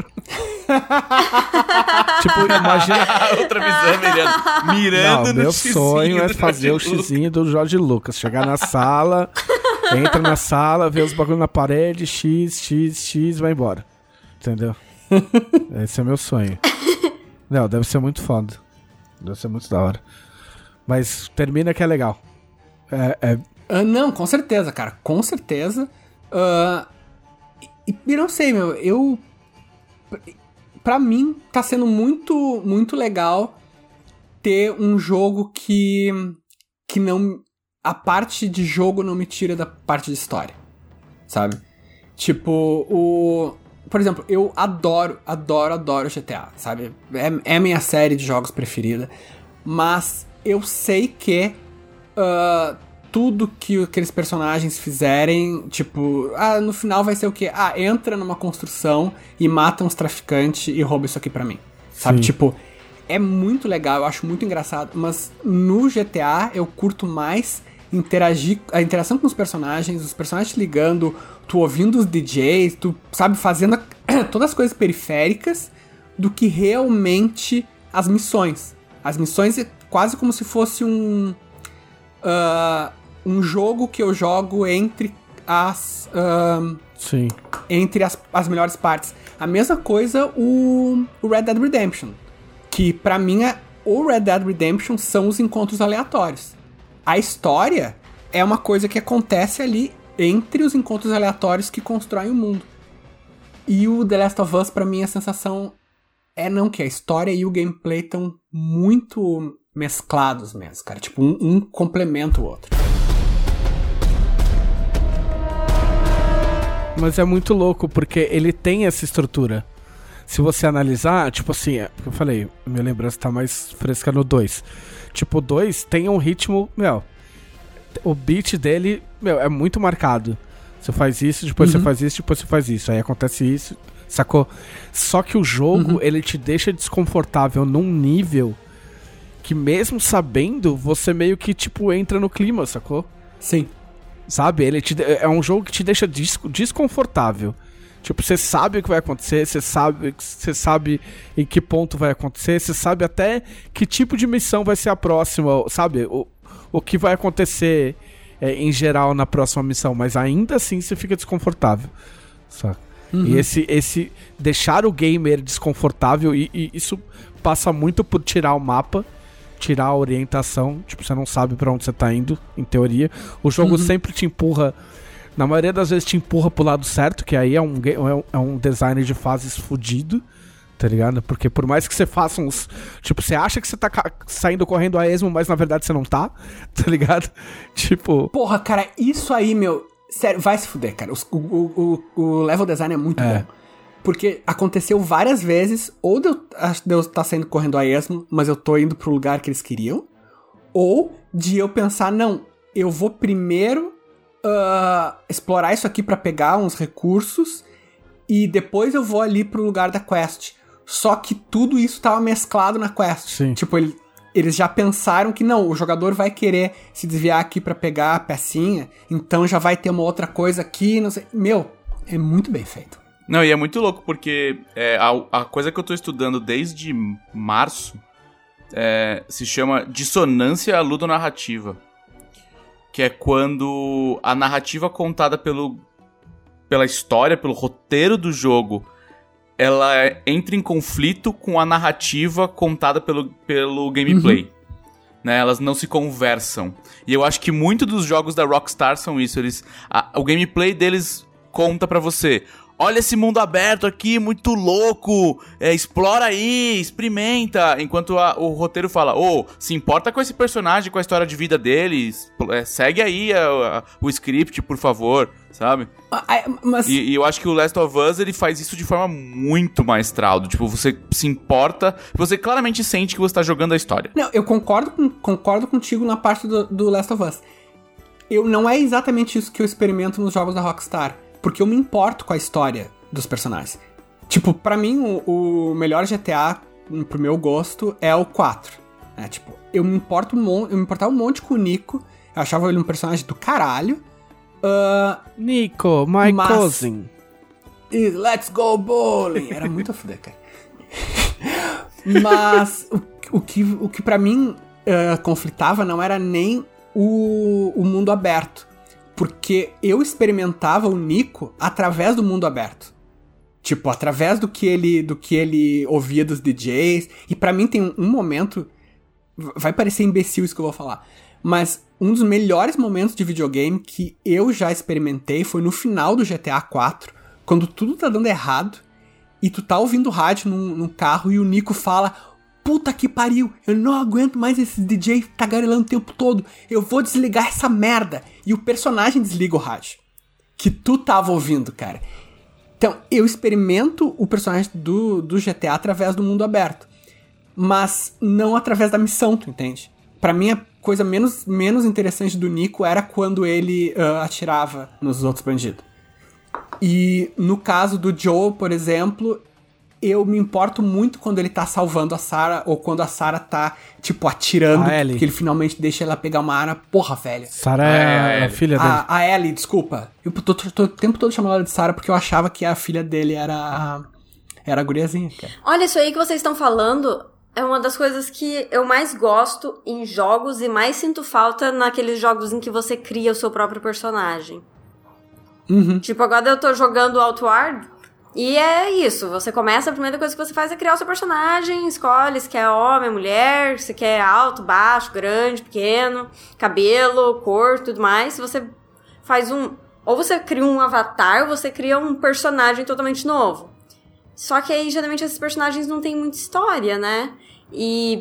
Tipo, imagina... Outra visão, mirando no meu Xizinho. Meu sonho é fazer o Xizinho do Jorge Lucas. Chegar na sala, entra na sala, vê os bagulho na parede, X, vai embora. Entendeu? Esse é meu sonho. Não, deve ser muito foda. Deve ser muito da hora. Mas termina que é legal. Não, com certeza, cara. Com certeza. E não sei, meu. Pra mim, tá sendo muito, muito legal ter um jogo que não... A parte de jogo não me tira da parte de história. Sabe? Tipo, por exemplo, eu adoro GTA, sabe? É minha série de jogos preferida. Mas eu sei que... tudo que aqueles personagens fizerem, tipo, no final vai ser o quê? Entra numa construção e mata uns traficantes e rouba isso aqui pra mim. Sabe? Sim. Tipo, é muito legal, eu acho muito engraçado, mas no GTA eu curto mais a interação com os personagens te ligando, tu ouvindo os DJs, tu, sabe, fazendo todas as coisas periféricas do que realmente as missões. As missões é quase como se fosse um jogo que eu jogo entre entre as melhores partes. A mesma coisa o Red Dead Redemption, que pra mim o Red Dead Redemption são os encontros aleatórios. A história é uma coisa que acontece ali entre os encontros aleatórios que constroem o mundo. E o The Last of Us, pra mim, a sensação que a história e o gameplay estão muito mesclados mesmo, cara. Tipo, um complementa o outro. Mas é muito louco, porque ele tem essa estrutura. Se você analisar, tipo assim, eu falei, minha lembrança tá mais fresca no 2. Tipo, o 2 tem um ritmo, o beat dele, é muito marcado. Você faz isso, depois você faz isso, depois você faz isso. Aí acontece isso, sacou? Só que o jogo, ele te deixa desconfortável num nível que mesmo sabendo, você meio que, tipo, entra no clima, sacou? Sim. Sabe? É um jogo que te deixa desconfortável. Tipo, você sabe o que vai acontecer, você sabe em que ponto vai acontecer, você sabe até que tipo de missão vai ser a próxima, sabe? O que vai acontecer em geral na próxima missão, mas ainda assim você fica desconfortável, sabe? E esse deixar o gamer desconfortável, e isso passa muito por tirar o mapa, tirar a orientação, tipo, você não sabe pra onde você tá indo, em teoria. O jogo sempre te empurra, na maioria das vezes te empurra pro lado certo, que aí é um design de fases fudido, tá ligado? Porque por mais que você faça uns... Tipo, você acha que você tá saindo correndo a esmo, mas na verdade você não tá, tá ligado? Tipo... Porra, cara, isso aí, meu... Sério, vai se fuder, cara. O level design é muito bom. Porque aconteceu várias vezes, ou de eu estar saindo correndo a esmo, mas eu tô indo pro lugar que eles queriam, ou de eu pensar, não, eu vou primeiro explorar isso aqui pra pegar uns recursos, e depois eu vou ali pro lugar da quest. Só que tudo isso tava mesclado na quest. Sim. Tipo, eles já pensaram que não, o jogador vai querer se desviar aqui pra pegar a pecinha, então já vai ter uma outra coisa aqui, não sei. Meu, é muito bem feito. Não, e é muito louco, porque a coisa que eu tô estudando desde março se chama dissonância ludonarrativa. Que é quando a narrativa contada pela história, pelo roteiro do jogo, ela entra em conflito com a narrativa contada pelo gameplay. Né? Elas não se conversam. E eu acho que muitos dos jogos da Rockstar são isso. O gameplay deles conta pra você: olha esse mundo aberto aqui, muito louco, explora aí, experimenta. Enquanto o roteiro fala: se importa com esse personagem, com a história de vida dele, segue aí o script, por favor, sabe? Mas... E eu acho que o Last of Us, ele faz isso de forma muito maestral. Tipo, você se importa, você claramente sente que você tá jogando a história. Não, eu concordo contigo na parte do Last of Us. Não é exatamente isso que eu experimento nos jogos da Rockstar. Porque eu me importo com a história dos personagens. Tipo, pra mim, o melhor GTA, pro meu gosto, é o 4. Tipo, eu me importava um monte com o Nico. Eu achava ele um personagem do caralho. Nico, my cousin. Let's go bowling. Era muito a fuder, cara. Mas o que pra mim conflitava não era nem o mundo aberto. Porque eu experimentava o Nico através do mundo aberto. Tipo, através do que ele ouvia dos DJs. E pra mim tem um momento... Vai parecer imbecil isso que eu vou falar. Mas um dos melhores momentos de videogame que eu já experimentei foi no final do GTA 4. Quando tudo tá dando errado. E tu tá ouvindo rádio num carro e o Nico fala... Puta que pariu, eu não aguento mais esses DJ tagarelando o tempo todo. Eu vou desligar essa merda. E o personagem desliga o rádio. Que tu tava ouvindo, cara. Então, eu experimento o personagem do GTA através do mundo aberto. Mas não através da missão, tu entende? Pra mim, a coisa menos interessante do Nico era quando ele atirava nos outros bandidos. E no caso do Joe, por exemplo... Eu me importo muito quando ele tá salvando a Sarah, ou quando a Sarah tá, tipo, atirando, porque ele finalmente deixa ela pegar uma arma. Porra, velho. Sarah é a filha dele. A Ellie, desculpa. Eu tô o tempo todo chamando ela de Sarah porque eu achava que a filha dele era a guriazinha, cara. Olha, isso aí que vocês estão falando é uma das coisas que eu mais gosto em jogos e mais sinto falta naqueles jogos em que você cria o seu próprio personagem. Tipo, agora eu tô jogando Outward... E é isso, você começa, a primeira coisa que você faz é criar o seu personagem, escolhe se quer homem, mulher, se quer alto, baixo, grande, pequeno, cabelo, cor, tudo mais. Se você faz ou você cria um avatar, ou você cria um personagem totalmente novo. Só que aí, geralmente, esses personagens não têm muita história, né? E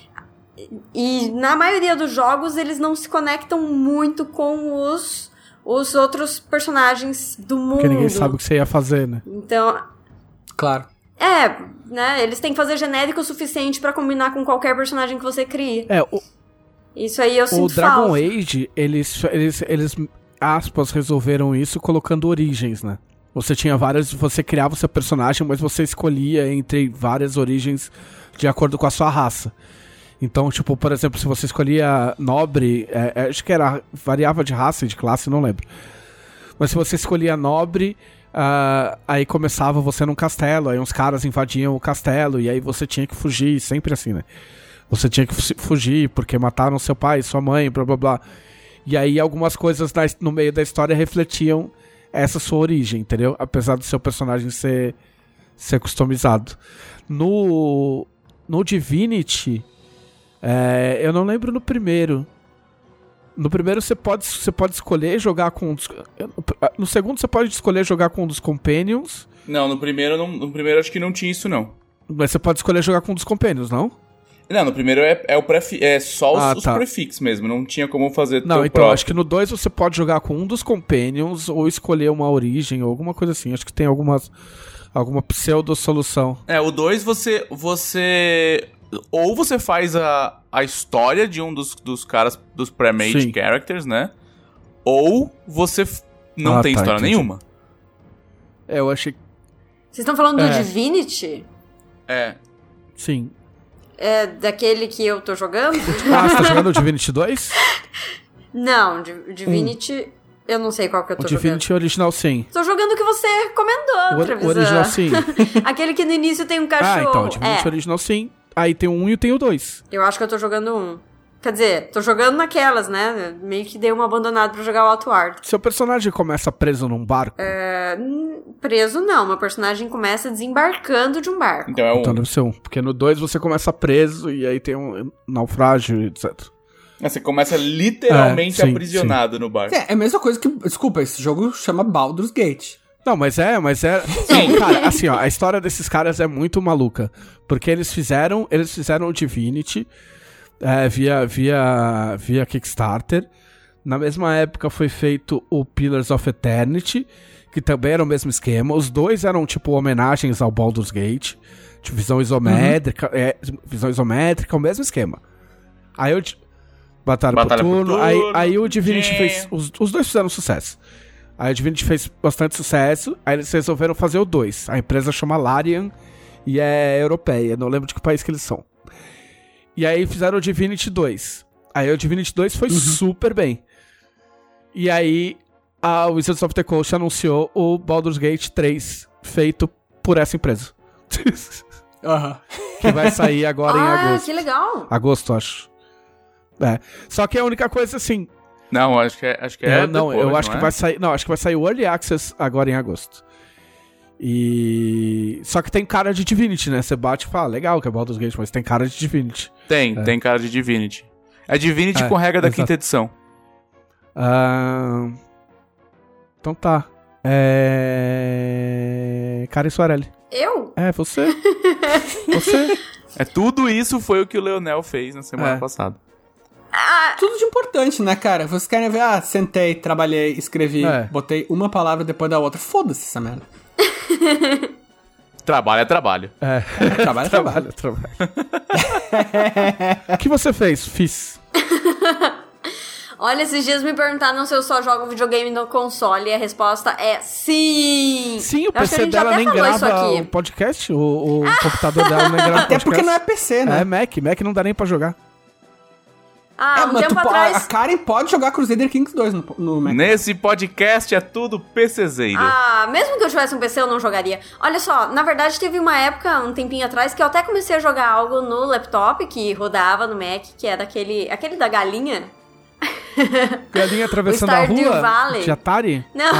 na maioria dos jogos, eles não se conectam muito com os outros personagens do mundo. Porque ninguém sabe o que você ia fazer, né? Então... Claro. Né? Eles têm que fazer genérico o suficiente pra combinar com qualquer personagem que você cria. Isso aí eu sinto falta. O Dragon Age, eles aspas, resolveram isso colocando origens, né? Você tinha você criava o seu personagem, mas você escolhia entre várias origens de acordo com a sua raça. Então, tipo, por exemplo, se você escolhia nobre, acho que variava de raça e de classe, não lembro. Mas se você escolhia nobre, aí começava você num castelo, aí uns caras invadiam o castelo, e aí você tinha que fugir, sempre assim, né? Você tinha que fugir porque mataram seu pai, sua mãe, blá blá blá. E aí algumas coisas no meio da história refletiam essa sua origem, entendeu? Apesar do seu personagem ser customizado. No Divinity... eu não lembro no primeiro. No primeiro você pode escolher jogar com... No segundo você pode escolher jogar com um dos Companions. Não, no primeiro acho que não tinha isso, não. Mas você pode escolher jogar com um dos Companions, não? Não, no primeiro é só os prefixos mesmo. Não tinha como fazer não, então próprio. Acho que no 2 você pode jogar com um dos Companions ou escolher uma origem ou alguma coisa assim. Acho que tem alguma pseudo-solução. O 2 você... Ou você faz a história de um dos caras, dos pre-made characters, né? Ou você não tem história nenhuma. Eu achei... Vocês estão falando do Divinity? Sim. É daquele que eu tô jogando? Você tá jogando o Divinity 2? Não, Divinity... Eu não sei qual que eu tô O Divinity Original Sim. Tô jogando o que você recomendou, Trevisan. O Original Sim. Aquele que no início tem um cachorro. Então, o Divinity Original Sim. Aí tem o 1 e tem o 2. Eu acho que eu tô jogando 1. Quer dizer, tô jogando naquelas, né? Meio que dei uma abandonada pra jogar o Outward. Seu personagem começa preso num barco? Preso não, meu personagem começa desembarcando de um barco. Então é um. Então deve ser 1. Porque no 2 você começa preso e aí tem um naufrágio, etc. Você começa literalmente sim, aprisionado no barco. É a mesma coisa que... Desculpa, esse jogo chama Baldur's Gate. Não, mas é... Não, cara, assim, ó, a história desses caras é muito maluca. Porque eles fizeram o Divinity via Kickstarter. Na mesma época foi feito o Pillars of Eternity, que também era o mesmo esquema. Os dois eram, tipo, homenagens ao Baldur's Gate. Tipo, visão isométrica, o mesmo esquema. Aí eu... Batalha por turno. Aí o Divinity fez... Os dois fizeram sucesso. Aí o Divinity fez bastante sucesso. Aí eles resolveram fazer o 2. A empresa chama Larian e é europeia. Não lembro de que país que eles são. E aí fizeram o Divinity 2. Aí o Divinity 2 foi super bem. E aí a Wizards of the Coast anunciou o Baldur's Gate 3, feito por essa empresa. Que vai sair agora em agosto. Que legal. Agosto, acho. Só que a única coisa, assim... Não, acho que é não, depois, eu acho não que vai sair... Não, acho que vai sair o Early Access agora em agosto. E... Só que tem cara de Divinity, né? Você bate e fala, legal que é Baldur's Gate, mas tem cara de Divinity. Tem cara de Divinity. É Divinity com regra da quinta edição. Então tá. Karen Soarelli. Eu? Você. Você. Tudo isso foi o que o Leonel fez na semana passada. Tudo de importante, né, cara? Vocês querem ver, sentei, trabalhei, escrevi, botei uma palavra depois da outra. Foda-se essa merda. Trabalho é trabalho. Trabalho é trabalho. O que você fez? Fiz. Olha, esses dias me perguntaram se eu só jogo videogame no console e a resposta é sim! Sim, o PC dela nem grava o podcast, o computador dela nem grava o podcast. Até porque não é PC, né? É Mac não dá nem pra jogar. Um tempo atrás... A Karen pode jogar Crusader Kings 2 no Mac. Nesse podcast é tudo PCzeiro. Mesmo que eu tivesse um PC, eu não jogaria. Olha só, na verdade teve uma época, um tempinho atrás, que eu até comecei a jogar algo no laptop que rodava no Mac, que era aquele da galinha. Galinha atravessando a rua? Valley. De Atari? Não.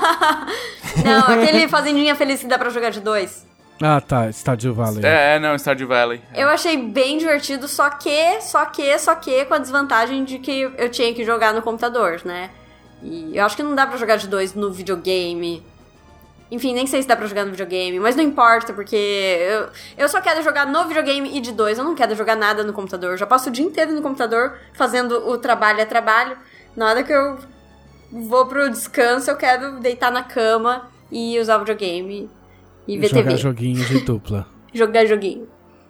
Não, aquele Fazendinha Feliz que dá pra jogar de 2. Tá, Stardew Valley. Stardew Valley. Eu achei bem divertido, só que com a desvantagem de que eu tinha que jogar no computador, né? E eu acho que não dá pra jogar de 2 no videogame. Enfim, nem sei se dá pra jogar no videogame, mas não importa, porque eu só quero jogar no videogame e de 2, eu não quero jogar nada no computador. Eu já passo o dia inteiro no computador fazendo o trabalho a trabalho. Na hora que eu vou pro descanso, eu quero deitar na cama e usar o videogame e ver TV. Jogar joguinho de dupla. Jogar joguinho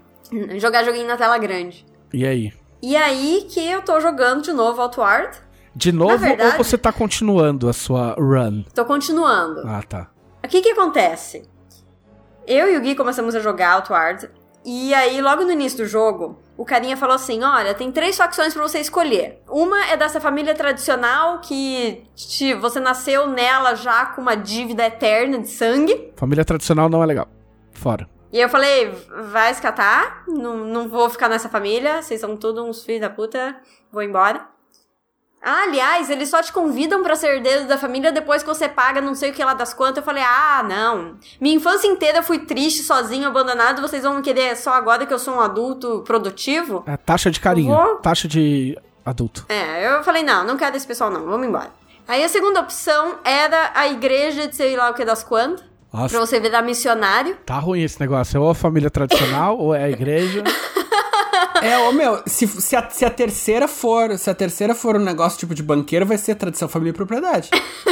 na tela grande. E aí? E aí que eu tô jogando de novo Outward. De novo, verdade, ou você tá continuando a sua run? Tô continuando. Tá. O que acontece? Eu e o Gui começamos a jogar Outward, e aí logo no início do jogo, o carinha falou assim, olha, tem 3 facções pra você escolher. Uma é dessa família tradicional que você nasceu nela já com uma dívida eterna de sangue. Família tradicional não é legal. Fora. E eu falei, vai escatar, não vou ficar nessa família, vocês são todos uns filhos da puta, vou embora. Aliás, eles só te convidam pra ser herdeiro da família depois que você paga não sei o que lá das quantas. Eu falei, não. Minha infância inteira eu fui triste, sozinho, abandonado. Vocês vão me querer só agora que eu sou um adulto produtivo? Taxa de carinho. Taxa de adulto. Eu falei, não quero esse pessoal não, vamos embora. Aí a segunda opção era a igreja de sei lá o que das quantas. Nossa. Pra você virar missionário. Tá ruim esse negócio. É ou a família tradicional ou é a igreja... Se a terceira for um negócio tipo de banqueiro, vai ser tradição, família e propriedade.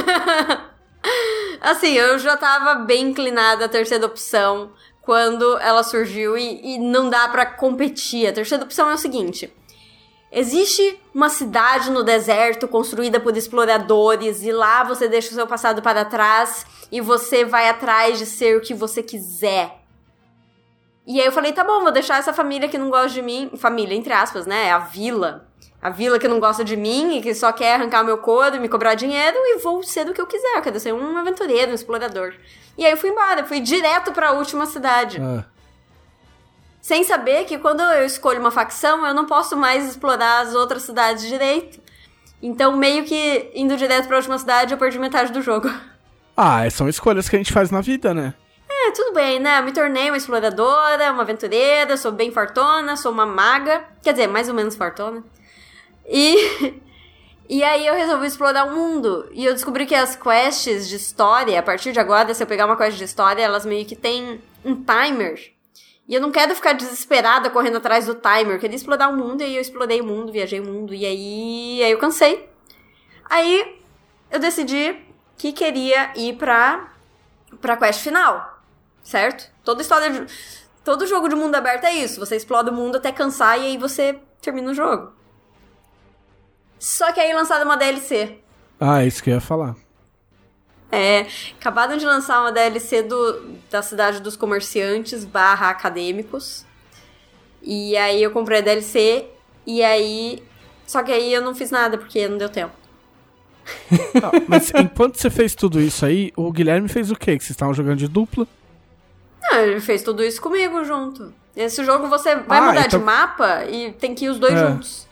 Assim, eu já tava bem inclinada à terceira opção quando ela surgiu e não dá pra competir. A terceira opção é o seguinte: existe uma cidade no deserto construída por exploradores e lá você deixa o seu passado para trás e você vai atrás de ser o que você quiser. E aí eu falei, tá bom, vou deixar essa família que não gosta de mim, família, entre aspas, né, a vila que não gosta de mim e que só quer arrancar meu couro e me cobrar dinheiro, e vou ser do que eu quiser, eu quero ser um aventureiro, um explorador. E aí eu fui embora, fui direto pra última cidade. Sem saber que quando eu escolho uma facção, eu não posso mais explorar as outras cidades direito. Então, meio que indo direto pra última cidade, eu perdi metade do jogo. São escolhas que a gente faz na vida, né? Tudo bem, né? Eu me tornei uma exploradora, uma aventureira, sou bem fartona, sou uma maga. Quer dizer, mais ou menos fartona. E aí eu resolvi explorar o mundo. E eu descobri que as quests de história, a partir de agora, se eu pegar uma quest de história, elas meio que têm um timer. E eu não quero ficar desesperada correndo atrás do timer. Eu queria explorar o mundo, e aí eu explorei o mundo, viajei o mundo. E aí eu cansei. Aí eu decidi que queria ir pra quest final. Certo? Todo jogo de mundo aberto é isso. Você explora o mundo até cansar e aí você termina o jogo. Só que aí lançaram uma DLC. Isso que eu ia falar. Acabaram de lançar uma DLC da Cidade dos Comerciantes / Acadêmicos. E aí eu comprei a DLC e aí... Só que aí eu não fiz nada porque não deu tempo. Mas enquanto você fez tudo isso aí, o Guilherme fez o quê? Que vocês estavam jogando de dupla? Não, ele fez tudo isso comigo junto. Esse jogo você vai mudar de mapa e tem que ir os dois juntos.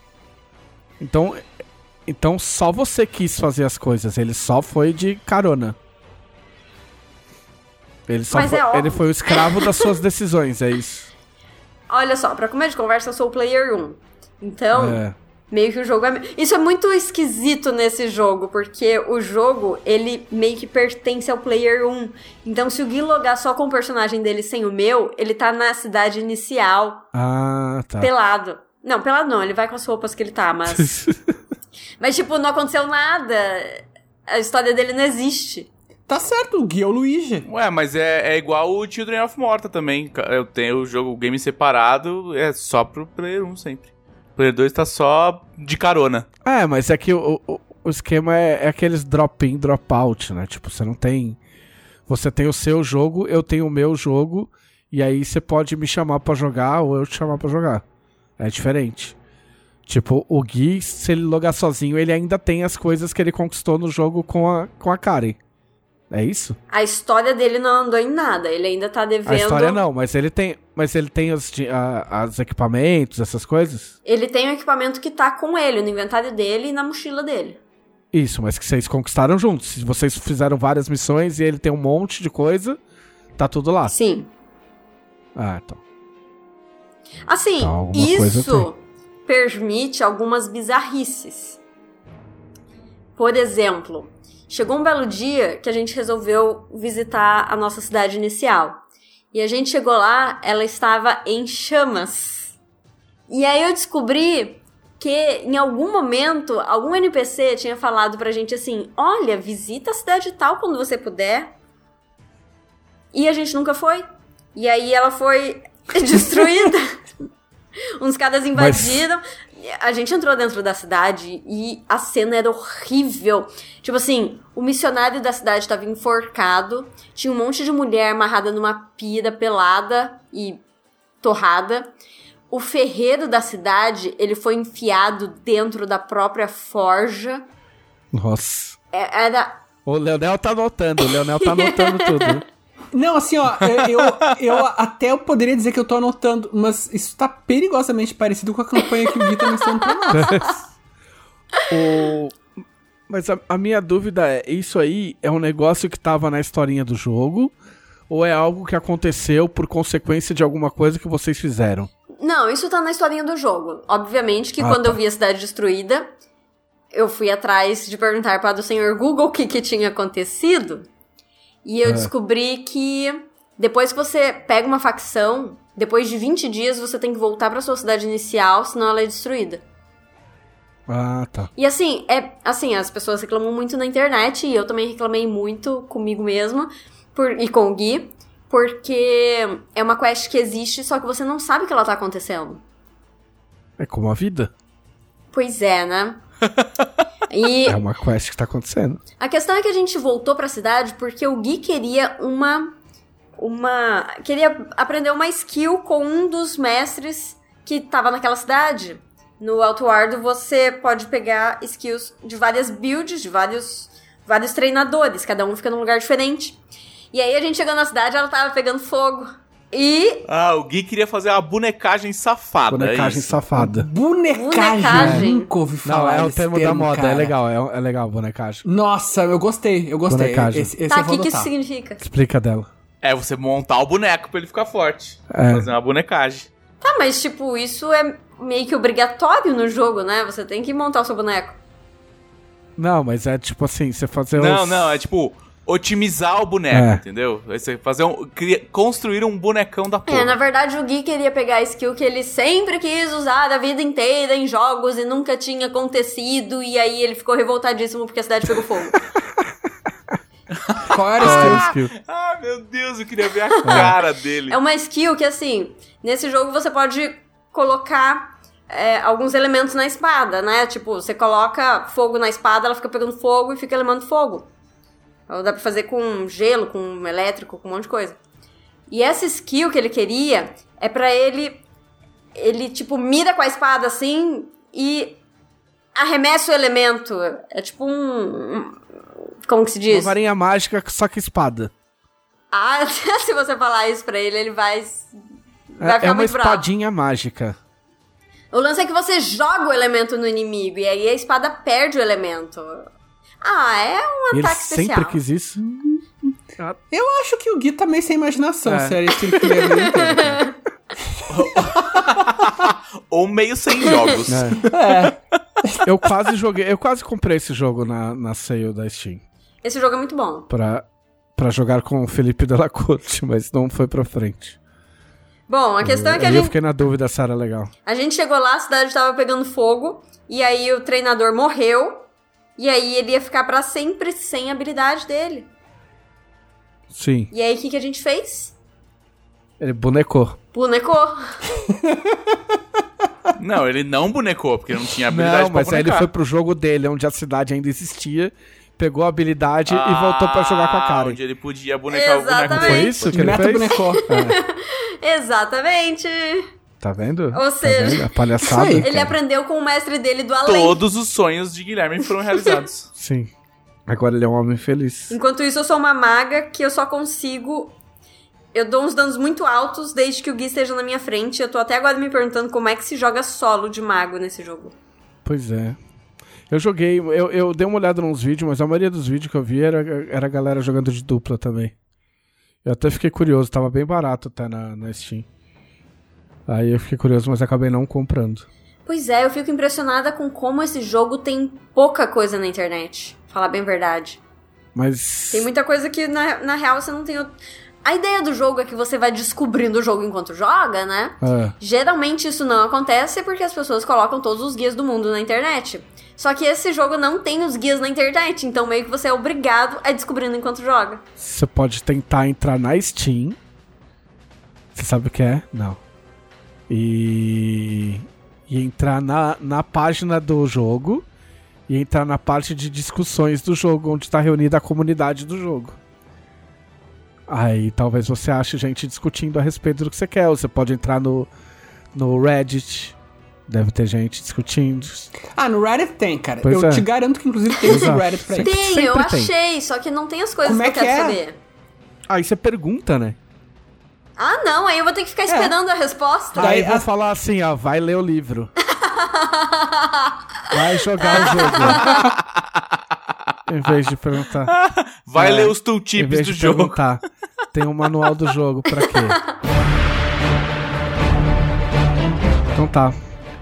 Então só você quis fazer as coisas, ele só foi de carona. Ele foi o escravo das suas decisões, é isso. Olha só, pra começo de conversa eu sou o player 1. Então, meio que o jogo é... Isso é muito esquisito nesse jogo, porque o jogo, ele meio que pertence ao player 1. Então, se o Gui logar só com o personagem dele sem o meu, ele tá na cidade inicial. Tá. Pelado. Não, pelado não, ele vai com as roupas que ele tá, mas... Mas, tipo, não aconteceu nada. A história dele não existe. Tá certo, o Gui é o Luigi. Ué, mas é igual o Children of Morta também. Eu tenho o game separado, é só pro player 1 sempre. O player 2 tá só de carona. Mas é que o esquema é aqueles drop-in, drop-out, né? Tipo, você não tem... Você tem o seu jogo, eu tenho o meu jogo, e aí você pode me chamar pra jogar ou eu te chamar pra jogar. É diferente. Tipo, o Gui, se ele logar sozinho, ele ainda tem as coisas que ele conquistou no jogo com a Karen. É isso? A história dele não andou em nada, ele ainda tá devendo... A história não, mas ele tem os equipamentos, essas coisas? Ele tem o equipamento que tá com ele, no inventário dele e na mochila dele. Isso, mas que vocês conquistaram juntos. Se vocês fizeram várias missões e ele tem um monte de coisa, tá tudo lá. Sim. Então. Assim, então, isso permite algumas bizarrices. Por exemplo, chegou um belo dia que a gente resolveu visitar a nossa cidade inicial. E a gente chegou lá, ela estava em chamas. E aí eu descobri que em algum momento, algum NPC tinha falado pra gente assim, olha, visita a cidade tal quando você puder. E a gente nunca foi. E aí ela foi destruída. Uns caras invadiram. A gente entrou dentro da cidade e a cena era horrível. Tipo assim, o missionário da cidade estava enforcado. Tinha um monte de mulher amarrada numa pira pelada e torrada. O ferreiro da cidade, ele foi enfiado dentro da própria forja. Nossa. Era... O Leonel tá anotando tudo. Não, assim, ó, eu até poderia dizer que eu tô anotando, mas isso tá perigosamente parecido com a campanha que o Gui tá mostrando pra nós. Mas a minha dúvida é, isso aí é um negócio que tava na historinha do jogo, ou é algo que aconteceu por consequência de alguma coisa que vocês fizeram? Não, isso tá na historinha do jogo. Obviamente que quando eu vi a cidade destruída, eu fui atrás de perguntar para o senhor Google o que tinha acontecido. E eu descobri que depois que você pega uma facção, depois de 20 dias você tem que voltar pra sua cidade inicial, senão ela é destruída. Tá. E assim, as pessoas reclamam muito na internet, e eu também reclamei muito comigo mesma e com o Gui, porque é uma quest que existe, só que você não sabe que ela tá acontecendo. É como a vida. Pois é, né? E é uma quest que tá acontecendo. A questão é que a gente voltou pra cidade porque o Gui queria queria aprender uma skill com um dos mestres que tava naquela cidade. No Alto Ardo você pode pegar skills de várias builds, de vários treinadores, cada um fica num lugar diferente. E aí a gente chegou na cidade, ela tava pegando fogo. E... o Gui queria fazer uma bonecagem safada. Bonecagem safada. Bonecagem. Nunca ouvi falar. Não, é o termo da moda, cara. É legal, bonecagem. Nossa, eu gostei. Bonecagem. Esse o que isso significa? Explica dela. É você montar o boneco pra ele ficar forte. Fazer uma bonecagem. Tá, mas tipo, isso é meio que obrigatório no jogo, né? Você tem que montar o seu boneco. Não, mas é tipo assim, você fazer Não, é tipo... otimizar o boneco, entendeu? Você fazer construir um bonecão da porra. Na verdade o Gui queria pegar a skill que ele sempre quis usar a vida inteira em jogos e nunca tinha acontecido, e aí ele ficou revoltadíssimo porque a cidade pegou fogo. Qual era a skill? Meu Deus, eu queria ver a cara dele. É uma skill que, assim, nesse jogo você pode colocar alguns elementos na espada, né? Tipo, você coloca fogo na espada, ela fica pegando fogo e fica emanando fogo. Ou dá pra fazer com gelo, com elétrico, com um monte de coisa. E essa skill que ele queria é pra ele, tipo, mira com a espada assim e arremessa o elemento. É tipo como que se diz? Uma varinha mágica, só que espada. Se você falar isso pra ele, ele vai ficar muito bravo. É uma espadinha mágica. O lance é que você joga o elemento no inimigo e aí a espada perde o elemento. É um ataque especial. Ele sempre quis isso. Eu acho que o Gui tá meio sem imaginação, sério. Esse inteiro. Ou meio sem jogos. Eu quase comprei esse jogo na sale da Steam. Esse jogo é muito bom. Pra jogar com o Felipe Delacorte, mas não foi pra frente. Bom, a questão é que eu fiquei na dúvida se era legal. A gente chegou lá, a cidade tava pegando fogo, e aí o treinador morreu. E aí ele ia ficar pra sempre sem a habilidade dele. Sim. E aí o que a gente fez? Ele bonecou. Não, ele não bonecou, porque não tinha habilidade pra bonecar. Aí ele foi pro jogo dele, onde a cidade ainda existia, pegou a habilidade e voltou pra jogar com a Karen. Onde ele podia bonecar o boneco. Foi isso que ele fez? Bonecou. Exatamente. Tá vendo? Ou seja, a palhaçada. Ele aprendeu com o mestre dele do além. Todos os sonhos de Guilherme foram realizados. Sim. Agora ele é um homem feliz. Enquanto isso, eu sou uma maga que eu só consigo... Eu dou uns danos muito altos desde que o Gui esteja na minha frente. Eu tô até agora me perguntando como é que se joga solo de mago nesse jogo. Pois é. Eu joguei... Eu dei uma olhada nos vídeos, mas a maioria dos vídeos que eu vi era a galera jogando de dupla também. Eu até fiquei curioso. Tava bem barato até na Steam. Aí eu fiquei curioso, mas acabei não comprando. Pois é, eu fico impressionada com como esse jogo tem pouca coisa na internet. Falar bem a verdade. Mas... Tem muita coisa que, na real, você não tem... A ideia do jogo é que você vai descobrindo o jogo enquanto joga, né? Geralmente isso não acontece porque as pessoas colocam todos os guias do mundo na internet. Só que esse jogo não tem os guias na internet, então meio que você é obrigado a ir descobrindo enquanto joga. Você pode tentar entrar na Steam. Você sabe o que é? Não. E entrar na página do jogo e entrar na parte de discussões do jogo, onde está reunida a comunidade do jogo. Aí talvez você ache gente discutindo a respeito do que você quer. Ou você pode entrar no Reddit. Deve ter gente discutindo. No Reddit tem, cara. Pois eu te garanto que inclusive tem esse Reddit pra isso. Tem, eu achei, só que não tem as coisas Como que eu quero saber. Aí você pergunta, né? Não, aí eu vou ter que ficar esperando a resposta. Daí vou falar assim, vai ler o livro. Vai jogar o jogo. Em vez de perguntar. Vai ler os tooltips do jogo. Perguntar, tem um manual do jogo, pra quê? Então tá.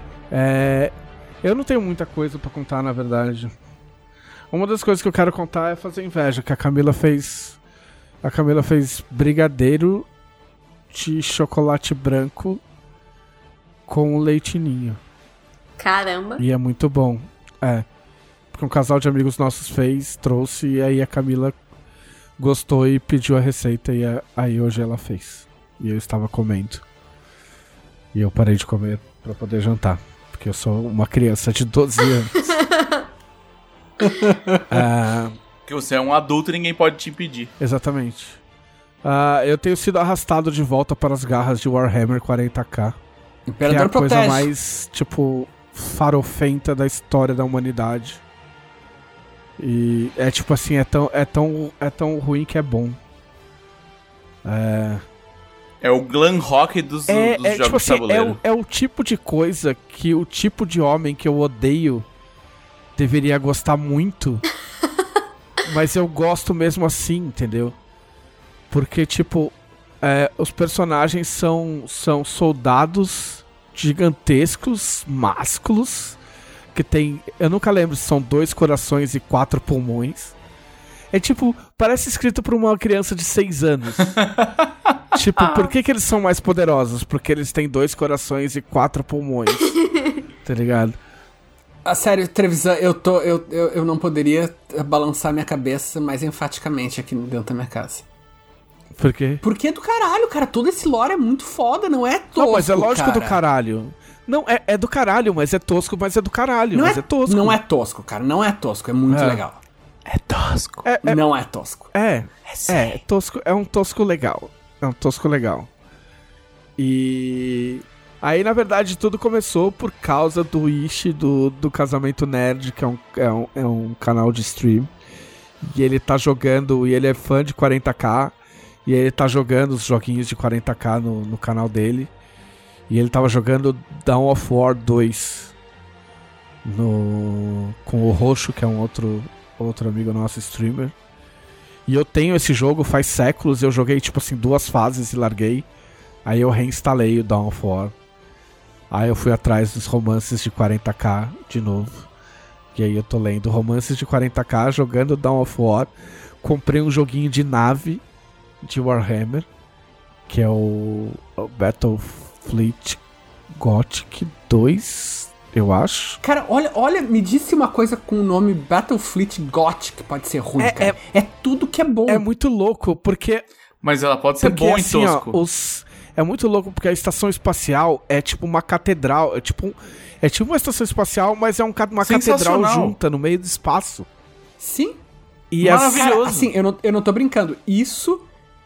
Eu não tenho muita coisa pra contar, na verdade. Uma das coisas que eu quero contar é fazer inveja, que a Camila fez brigadeiro de chocolate branco com leite ninho. Caramba. E é muito bom. Porque um casal de amigos nossos trouxe, e aí a Camila gostou e pediu a receita, e aí hoje ela fez. E eu estava comendo. E eu parei de comer pra poder jantar, porque eu sou uma criança de 12 anos. Porque você é um adulto e ninguém pode te impedir. Exatamente. Eu tenho sido arrastado de volta para as garras de Warhammer 40k. Imperador que é a protege. coisa mais, tipo, farofenta da história da humanidade. E é tipo assim, é tão ruim que é bom. É o glam rock dos jogos tipo assim, de tabuleiro. É o tipo de coisa que o tipo de homem que eu odeio deveria gostar muito. Mas eu gosto mesmo assim, entendeu? Porque, tipo, os personagens são soldados gigantescos, másculos, que tem... Eu nunca lembro se são 2 corações e 4 pulmões. É tipo, parece escrito por uma criança de 6 anos. Tipo, por que eles são mais poderosos? Porque eles têm 2 corações e 4 pulmões. Tá ligado? Sério, Trevisan, eu não poderia balançar minha cabeça mais enfaticamente aqui dentro da minha casa. Por quê? Porque é do caralho, cara. Todo esse lore é muito foda, não é tosco, Não, mas é lógico cara. do caralho. Não, é do caralho, mas é tosco, mas é do caralho. Não mas é tosco. Não é tosco, cara. Não é tosco. É muito legal. É tosco. Não é tosco. É tosco. É um tosco legal. É um tosco legal. E... Aí, na verdade, tudo começou por causa do Ishi do Casamento Nerd, que é um canal de stream. E ele tá jogando, e ele é fã de 40k. E ele tá jogando os joguinhos de 40k no canal dele. E ele tava jogando Dawn of War 2 com o Roxo, que é um outro amigo nosso streamer. E eu tenho esse jogo faz séculos. Eu joguei tipo assim 2 fases e larguei. Aí eu reinstalei o Dawn of War. Aí eu fui atrás dos romances de 40k de novo. E aí eu tô lendo romances de 40k, jogando Dawn of War. Comprei um joguinho de nave de Warhammer, que é o Battlefleet Gothic 2, eu acho. Cara, olha, me disse uma coisa com o nome Battlefleet Gothic, pode ser ruim, cara. É tudo que é bom. É muito louco, porque... Mas ela pode ser boa assim, e tosco. É muito louco porque a estação espacial é tipo uma catedral, é tipo uma estação espacial, mas é uma catedral junta no meio do espaço. Sim. E maravilhoso. Cara, assim, eu não tô brincando. Isso...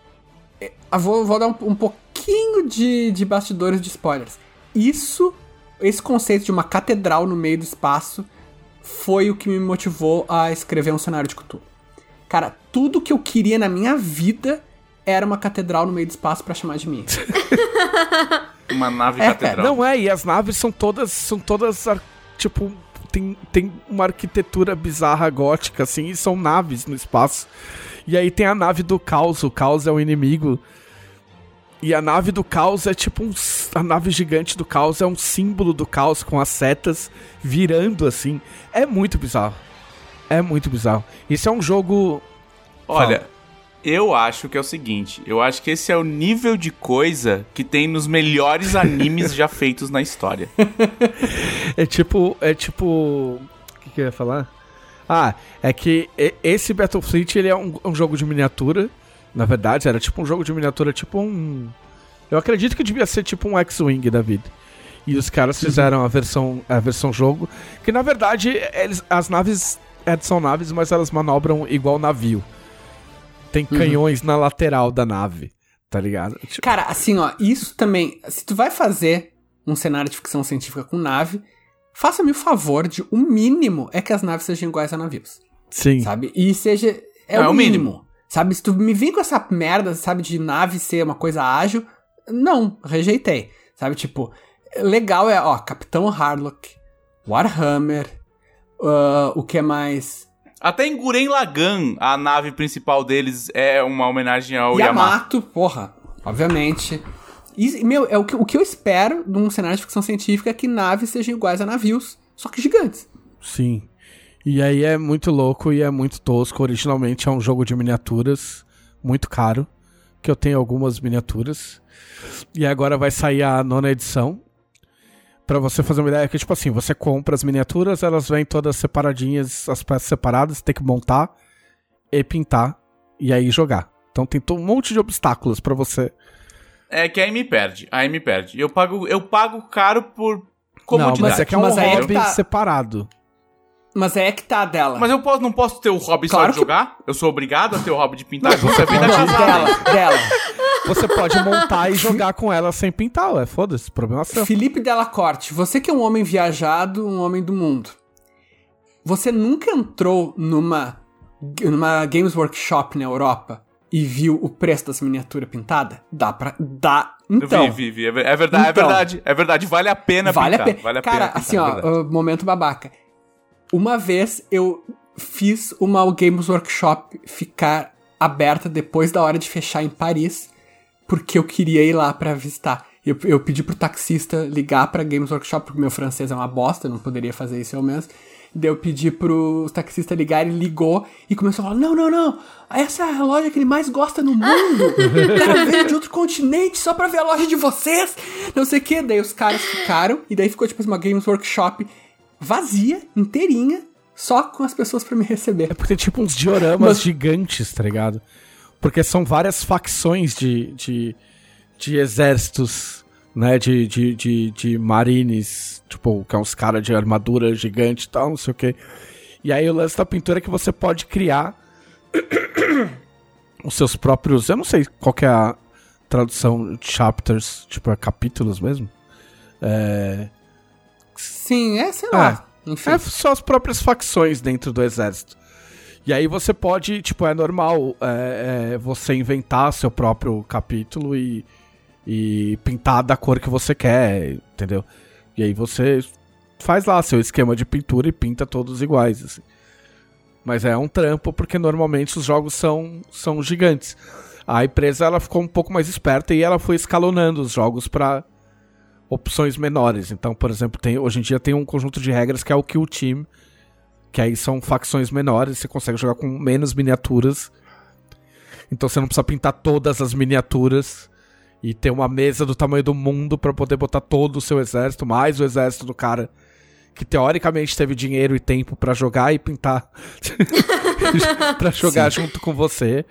Vou dar um pouquinho de bastidores de spoilers. Esse conceito de uma catedral no meio do espaço foi o que me motivou a escrever um cenário de Cthulhu. Cara, tudo que eu queria na minha vida era uma catedral no meio do espaço pra chamar de minha. Uma nave catedral. Não e as naves são todas tipo, tem uma arquitetura bizarra gótica, assim, e são naves no espaço. E aí tem a nave do caos, o caos é o inimigo. E a nave do caos é tipo a nave gigante do caos é um símbolo do caos com as setas virando assim. É muito bizarro. É muito bizarro. Isso é um jogo... Olha, eu acho que é o seguinte. Eu acho que esse é o nível de coisa que tem nos melhores animes já feitos na história. É tipo... O que eu ia falar? É que esse Battlefleet, ele é um jogo de miniatura. Na verdade, era tipo um jogo de miniatura, tipo um... Eu acredito que devia ser tipo um X-Wing da vida. E os caras fizeram a versão jogo, que na verdade, as naves são naves, mas elas manobram igual navio. Tem canhões na lateral da nave, tá ligado? Tipo... Cara, assim, ó, isso também... Se tu vai fazer um cenário de ficção científica com nave... Faça-me o favor de o mínimo é que as naves sejam iguais a navios. Sim. Sabe? E seja... É o mínimo. Sabe? Se tu me vem com essa merda, sabe, de nave ser uma coisa ágil... Não, rejeitei. Sabe? Tipo, legal Capitão Harlock, Warhammer, o que mais... Até em Gurren Lagann, a nave principal deles é uma homenagem ao Yamato. Porra, obviamente... E, o que eu espero de um cenário de ficção científica é que naves sejam iguais a navios, só que gigantes. Sim. E aí é muito louco e é muito tosco. Originalmente é um jogo de miniaturas, muito caro, que eu tenho algumas miniaturas. E agora vai sair a 9ª edição. Pra você fazer uma ideia, que tipo assim, você compra as miniaturas, elas vêm todas separadinhas, as peças separadas, tem que montar e pintar, e aí jogar. Então tem um monte de obstáculos pra você... É que aí me perde. Eu pago caro por comodidade. Não, mas é que é um hobby separado. Mas é que tá dela. Mas eu não posso ter o hobby Claro só de que- jogar? Eu sou obrigado a ter o hobby de pintar? Você é vida pode- casada. dela. Você pode montar e jogar com ela sem pintar, ué. Foda-se, problema é seu. Felipe Della Corte, você que é um homem viajado, um homem do mundo. Você nunca entrou numa Games Workshop na Europa e viu o preço das miniaturas pintadas? Dá. Então. Vi. É verdade, Então. é verdade. Vale a pena Vale pintar. a pena. Cara, pintar, assim, é ó, verdade. momento babaca. Uma vez eu fiz uma Games Workshop ficar aberta depois da hora de fechar em Paris, porque eu queria ir lá pra visitar. Eu pedi pro taxista ligar pra Games Workshop, porque meu francês é uma bosta, eu não poderia fazer isso eu mesmo. Daí eu pedi pro taxista ligar, ele ligou e começou a falar, não, essa é a loja que ele mais gosta no mundo. O cara veio de outro continente só pra ver a loja de vocês, não sei o que. Daí os caras ficaram, e daí ficou tipo uma Games Workshop vazia, inteirinha, só com as pessoas pra me receber. É porque tem tipo uns dioramas gigantes, tá ligado? Porque são várias facções de exércitos, né? De marines, tipo, que é uns caras de armadura gigante e tal, não sei o que. E aí o lance da pintura é que você pode criar os seus próprios... Eu não sei qual que é a tradução de chapters, tipo, é capítulos mesmo. Sim, sei lá. Enfim. São as próprias facções dentro do exército. E aí você pode, tipo, é normal você inventar seu próprio capítulo e pintar da cor que você quer, entendeu? E aí você faz lá seu esquema de pintura e pinta todos iguais, assim. Mas é um trampo, porque normalmente os jogos são gigantes. A empresa, ela ficou um pouco mais esperta e ela foi escalonando os jogos para opções menores. Então, por exemplo, hoje em dia tem um conjunto de regras que é o Kill Team, que aí são facções menores, você consegue jogar com menos miniaturas. Então você não precisa pintar todas as miniaturas e ter uma mesa do tamanho do mundo pra poder botar todo o seu exército, mais o exército do cara que teoricamente teve dinheiro e tempo pra jogar e pintar pra jogar junto com você.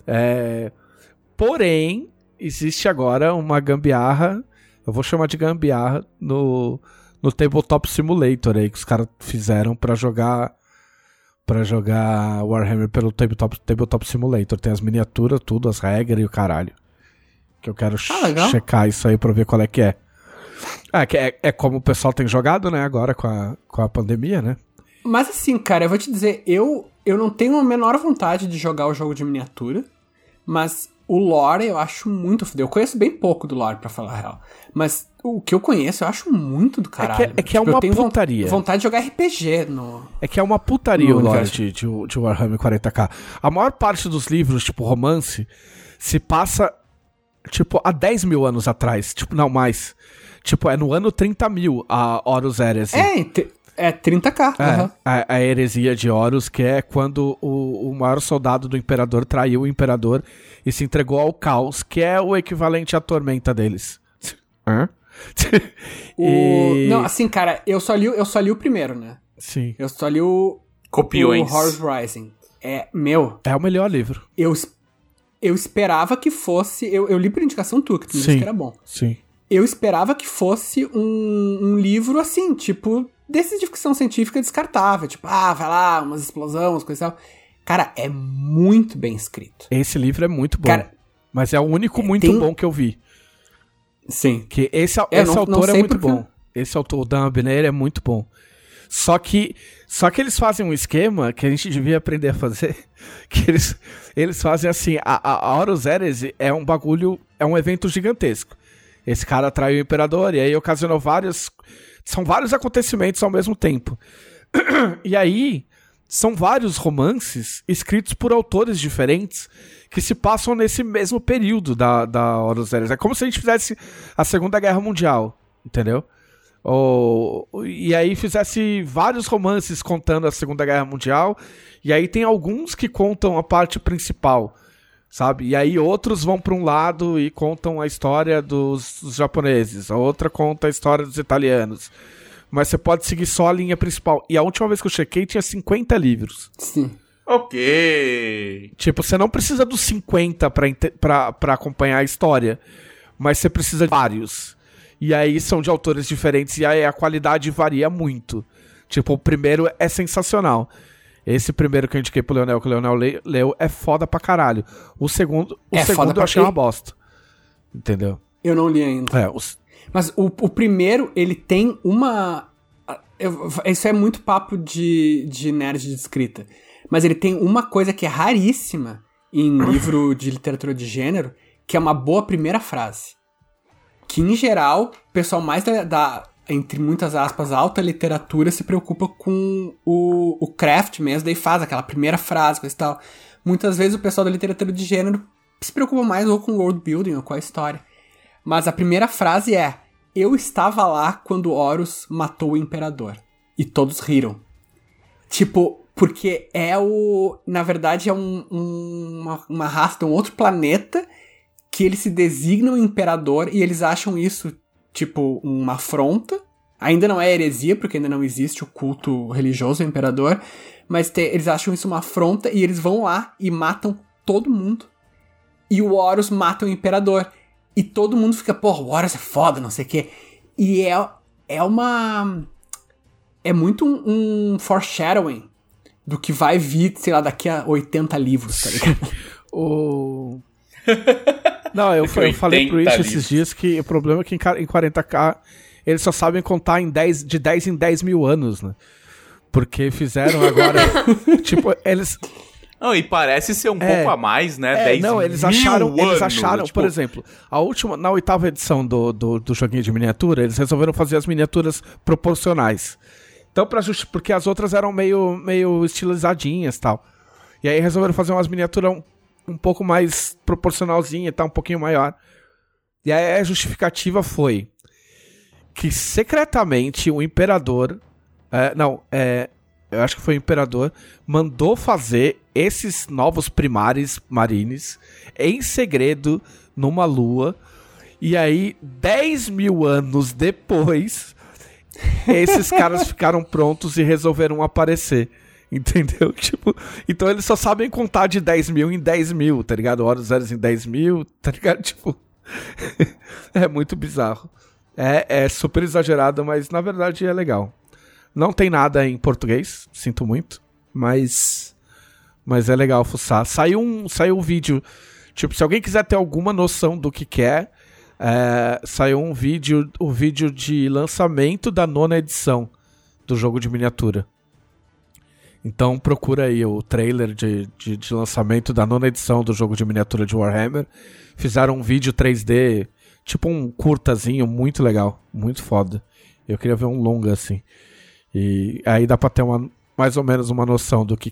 Porém, existe agora uma gambiarra, eu vou chamar de gambiarra, no Tabletop Simulator aí, que os caras fizeram pra jogar Warhammer pelo Tabletop Simulator. Tem as miniaturas, tudo, as regras e o caralho. Que eu quero checar isso aí pra ver qual é que é. É como o pessoal tem jogado, né, agora com a pandemia, né? Mas assim, cara, eu vou te dizer, eu não tenho a menor vontade de jogar o jogo de miniatura, mas o lore eu acho muito fodeu. Eu conheço bem pouco do lore, pra falar a real. Mas o que eu conheço, eu acho muito do caralho. É que é uma putaria. Vontade de jogar RPG no... É que é uma putaria o lore universo. de Warhammer 40k. A maior parte dos livros, tipo romance, se passa, tipo, há 10 mil anos atrás. Tipo, não, mais. Tipo, é no ano 30.000 a Horus Heresy. É 30k. Uhum. A heresia de Horus, que é quando o maior soldado do Imperador traiu o Imperador e se entregou ao caos, que é o equivalente à tormenta deles. Hã? Não, assim, cara, eu só li o primeiro, né? Sim. Eu só li o Horus Rising. É o melhor livro. Eu esperava que fosse... Eu li por indicação tua, que tu me disse que era bom. Sim. Eu esperava que fosse um livro assim, tipo, desses de ficção científica descartável. Tipo, vai lá, umas explosões, umas coisas e tal. Cara, é muito bem escrito. Esse livro é muito bom. Cara, mas é o único bom que eu vi. Sim. Que esse autor é muito bom. Esse autor, o Dan Abner, é muito bom. Só que eles fazem um esquema que a gente devia aprender a fazer. Que eles fazem assim, a Horus Heresy é um bagulho, é um evento gigantesco. Esse cara traiu o Imperador e aí ocasionou são vários acontecimentos ao mesmo tempo. E aí, são vários romances escritos por autores diferentes que se passam nesse mesmo período da Horus Heresy. É como se a gente fizesse a Segunda Guerra Mundial, entendeu? E aí fizesse vários romances contando a Segunda Guerra Mundial, e aí tem alguns que contam a parte principal, sabe? E aí outros vão para um lado e contam a história dos japoneses, a outra conta a história dos italianos. Mas você pode seguir só a linha principal. E a última vez que eu chequei tinha 50 livros. Sim. Ok. Tipo, você não precisa dos 50 pra acompanhar a história, mas você precisa de vários. E aí são de autores diferentes e aí a qualidade varia muito. Tipo, o primeiro é sensacional. Esse primeiro que eu indiquei pro Leonel, que o Leonel leu, é foda pra caralho. O segundo eu achei uma bosta. Entendeu? Eu não li ainda. Mas o primeiro, ele tem uma... Isso é muito papo de nerd de escrita. Mas ele tem uma coisa que é raríssima em livro de literatura de gênero, que é uma boa primeira frase. Que, em geral, o pessoal mais da entre muitas aspas, alta literatura se preocupa com o craft mesmo, daí faz aquela primeira frase, coisa e tal. Muitas vezes o pessoal da literatura de gênero se preocupa mais ou com world building ou com a história. Mas a primeira frase é: eu estava lá quando Horus matou o imperador. E todos riram. Tipo, porque na verdade é uma raça de um outro planeta que eles se designam imperador e eles acham isso, tipo, uma afronta. Ainda não é heresia, porque ainda não existe o culto religioso ao imperador, mas eles acham isso uma afronta e eles vão lá e matam todo mundo. E o Horus mata o imperador. E todo mundo fica, porra, o Horus é foda, não sei o quê. E é muito um foreshadowing do que vai vir, sei lá, daqui a 80 livros, tá ligado? Não, eu falei pro Ish esses dias que o problema é que em 40k eles só sabem contar de 10 em 10 mil anos, né? Porque fizeram agora... tipo, eles... Não, e parece ser um pouco a mais, né? 10 não, eles acharam, tipo... por exemplo, na 8ª edição do joguinho de miniatura, eles resolveram fazer as miniaturas proporcionais. Então, porque as outras eram meio estilizadinhas e tal. E aí resolveram fazer umas miniaturas um pouco mais proporcionalzinha e tal, um pouquinho maior. E aí a justificativa foi que secretamente o imperador... eu acho que foi o imperador, mandou fazer esses novos primares marines em segredo numa lua. E aí, 10 mil anos depois, esses caras ficaram prontos e resolveram aparecer. Entendeu? Tipo, então eles só sabem contar de 10 mil em 10 mil, tá ligado? Horas zeros em 10 mil, tá ligado? Tipo, é muito bizarro. É super exagerado, mas na verdade é legal. Não tem nada em português, sinto muito, mas é legal fuçar. Saiu um vídeo, tipo, se alguém quiser ter alguma noção do que é, saiu o vídeo de lançamento da 9ª edição do jogo de miniatura. Então procura aí o trailer de lançamento da 9ª edição do jogo de miniatura de Warhammer. Fizeram um vídeo 3D, tipo um curtazinho, muito legal, muito foda. Eu queria ver um longa assim. E aí dá pra ter mais ou menos uma noção do que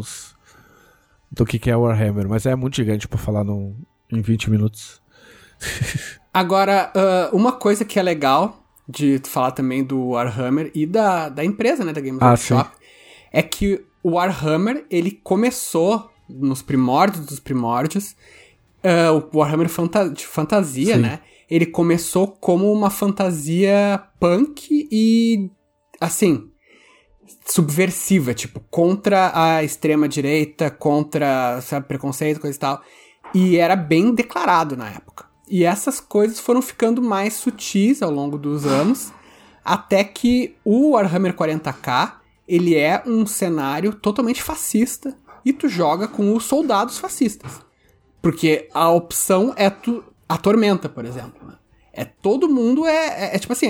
é Warhammer. Mas é muito gigante pra falar em 20 minutos. Agora, uma coisa que é legal de falar também do Warhammer e da empresa, né, da Games Workshop, é que o Warhammer, ele começou nos primórdios dos primórdios, o Warhammer de fantasia, né? Ele começou como uma fantasia punk e, assim, subversiva, tipo, contra a extrema-direita, contra, sabe, preconceito, coisa e tal. E era bem declarado na época. E essas coisas foram ficando mais sutis ao longo dos anos, até que o Warhammer 40k, ele é um cenário totalmente fascista, e tu joga com os soldados fascistas. Porque a opção é a Tormenta, por exemplo, né? Todo mundo tipo assim,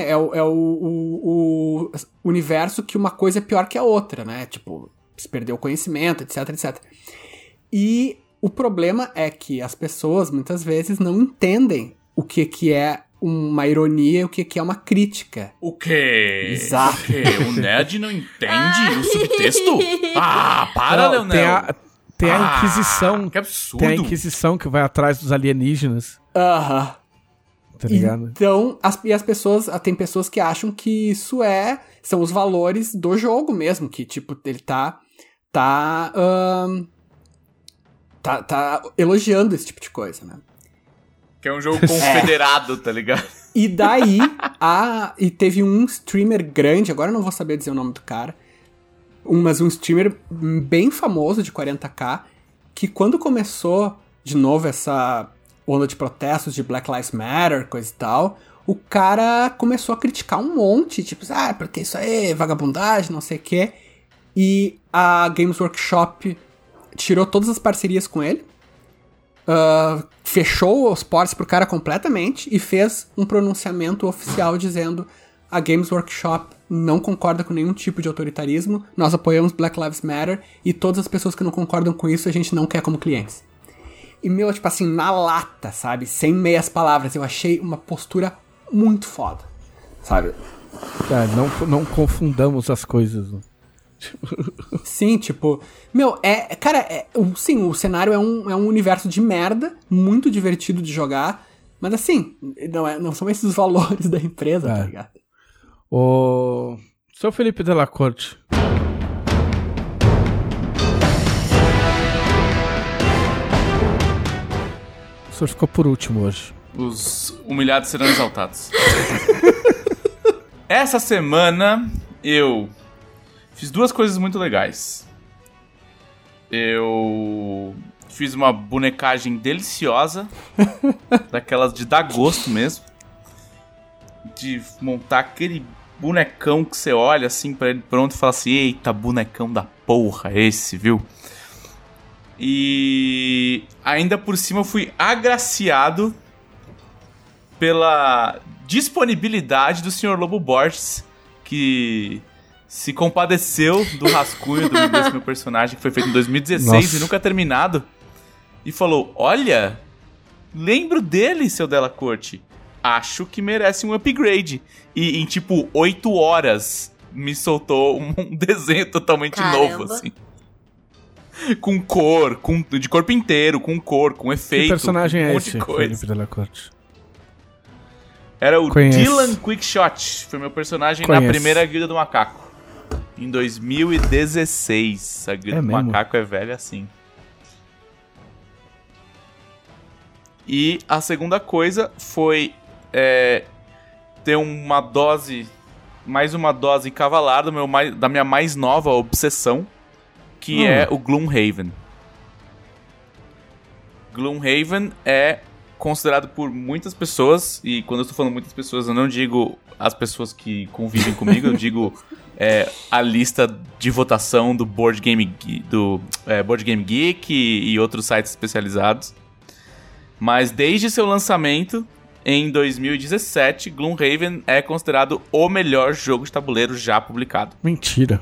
o universo que uma coisa é pior que a outra, né? Tipo, se perdeu o conhecimento, etc, etc. E o problema é que as pessoas, muitas vezes, não entendem o que é uma ironia e o que é uma crítica. O quê? Exato. O quê? O nerd não entende o subtexto? Ah, para, Leonel! Tem a Inquisição. Que absurdo. Tem a Inquisição que vai atrás dos alienígenas. Aham. Tá ligado? Então, as pessoas, tem pessoas que acham que isso são os valores do jogo mesmo, que tipo, ele tá elogiando esse tipo de coisa, né? Que é um jogo confederado, tá ligado? E daí, e teve um streamer grande, agora eu não vou saber dizer o nome do cara, mas um streamer bem famoso de 40k, que quando começou de novo essa onda de protestos de Black Lives Matter, coisa e tal, o cara começou a criticar um monte, tipo, porque isso aí é vagabundagem, não sei o quê. E a Games Workshop tirou todas as parcerias com ele, fechou os portos pro cara completamente e fez um pronunciamento oficial dizendo: a Games Workshop não concorda com nenhum tipo de autoritarismo, nós apoiamos Black Lives Matter e todas as pessoas que não concordam com isso a gente não quer como clientes. E tipo assim, na lata, sabe? Sem meias palavras, eu achei uma postura muito foda, sabe? Não confundamos as coisas. Sim, tipo... sim, o cenário é um universo de merda, muito divertido de jogar, mas assim, não são esses os valores da empresa, tá ligado? O seu Felipe Delacorte. O senhor ficou por último hoje. Os humilhados serão exaltados. Essa semana eu fiz duas coisas muito legais. Eu fiz uma bonecagem deliciosa, daquelas de dar gosto mesmo, de montar aquele bonecão que você olha assim pra ele pronto e fala assim: eita, bonecão da porra esse, viu? E ainda por cima eu fui agraciado pela disponibilidade do Sr. Lobo Borges, que se compadeceu do rascunho desse meu personagem, que foi feito em 2016. Nossa. E nunca terminado, e falou: olha, lembro dele, seu Delacorte, acho que merece um upgrade. E em tipo 8 horas me soltou um desenho totalmente novo, assim. Com cor, de corpo inteiro, com cor, com efeito. Que personagem é esse, Felipe Delacorte? Era o Dylan Quickshot. Foi meu personagem na primeira Guilda do Macaco. Em 2016. A Guilda do Macaco é velha assim. E a segunda coisa foi ter mais uma dose cavalar da minha mais nova obsessão, que é o Gloomhaven. Gloomhaven é considerado por muitas pessoas, e quando eu estou falando muitas pessoas, eu não digo as pessoas que convivem comigo, eu digo a lista de votação do Board Game Geek e outros sites especializados. Mas desde seu lançamento, em 2017, Gloomhaven é considerado o melhor jogo de tabuleiro já publicado. Mentira.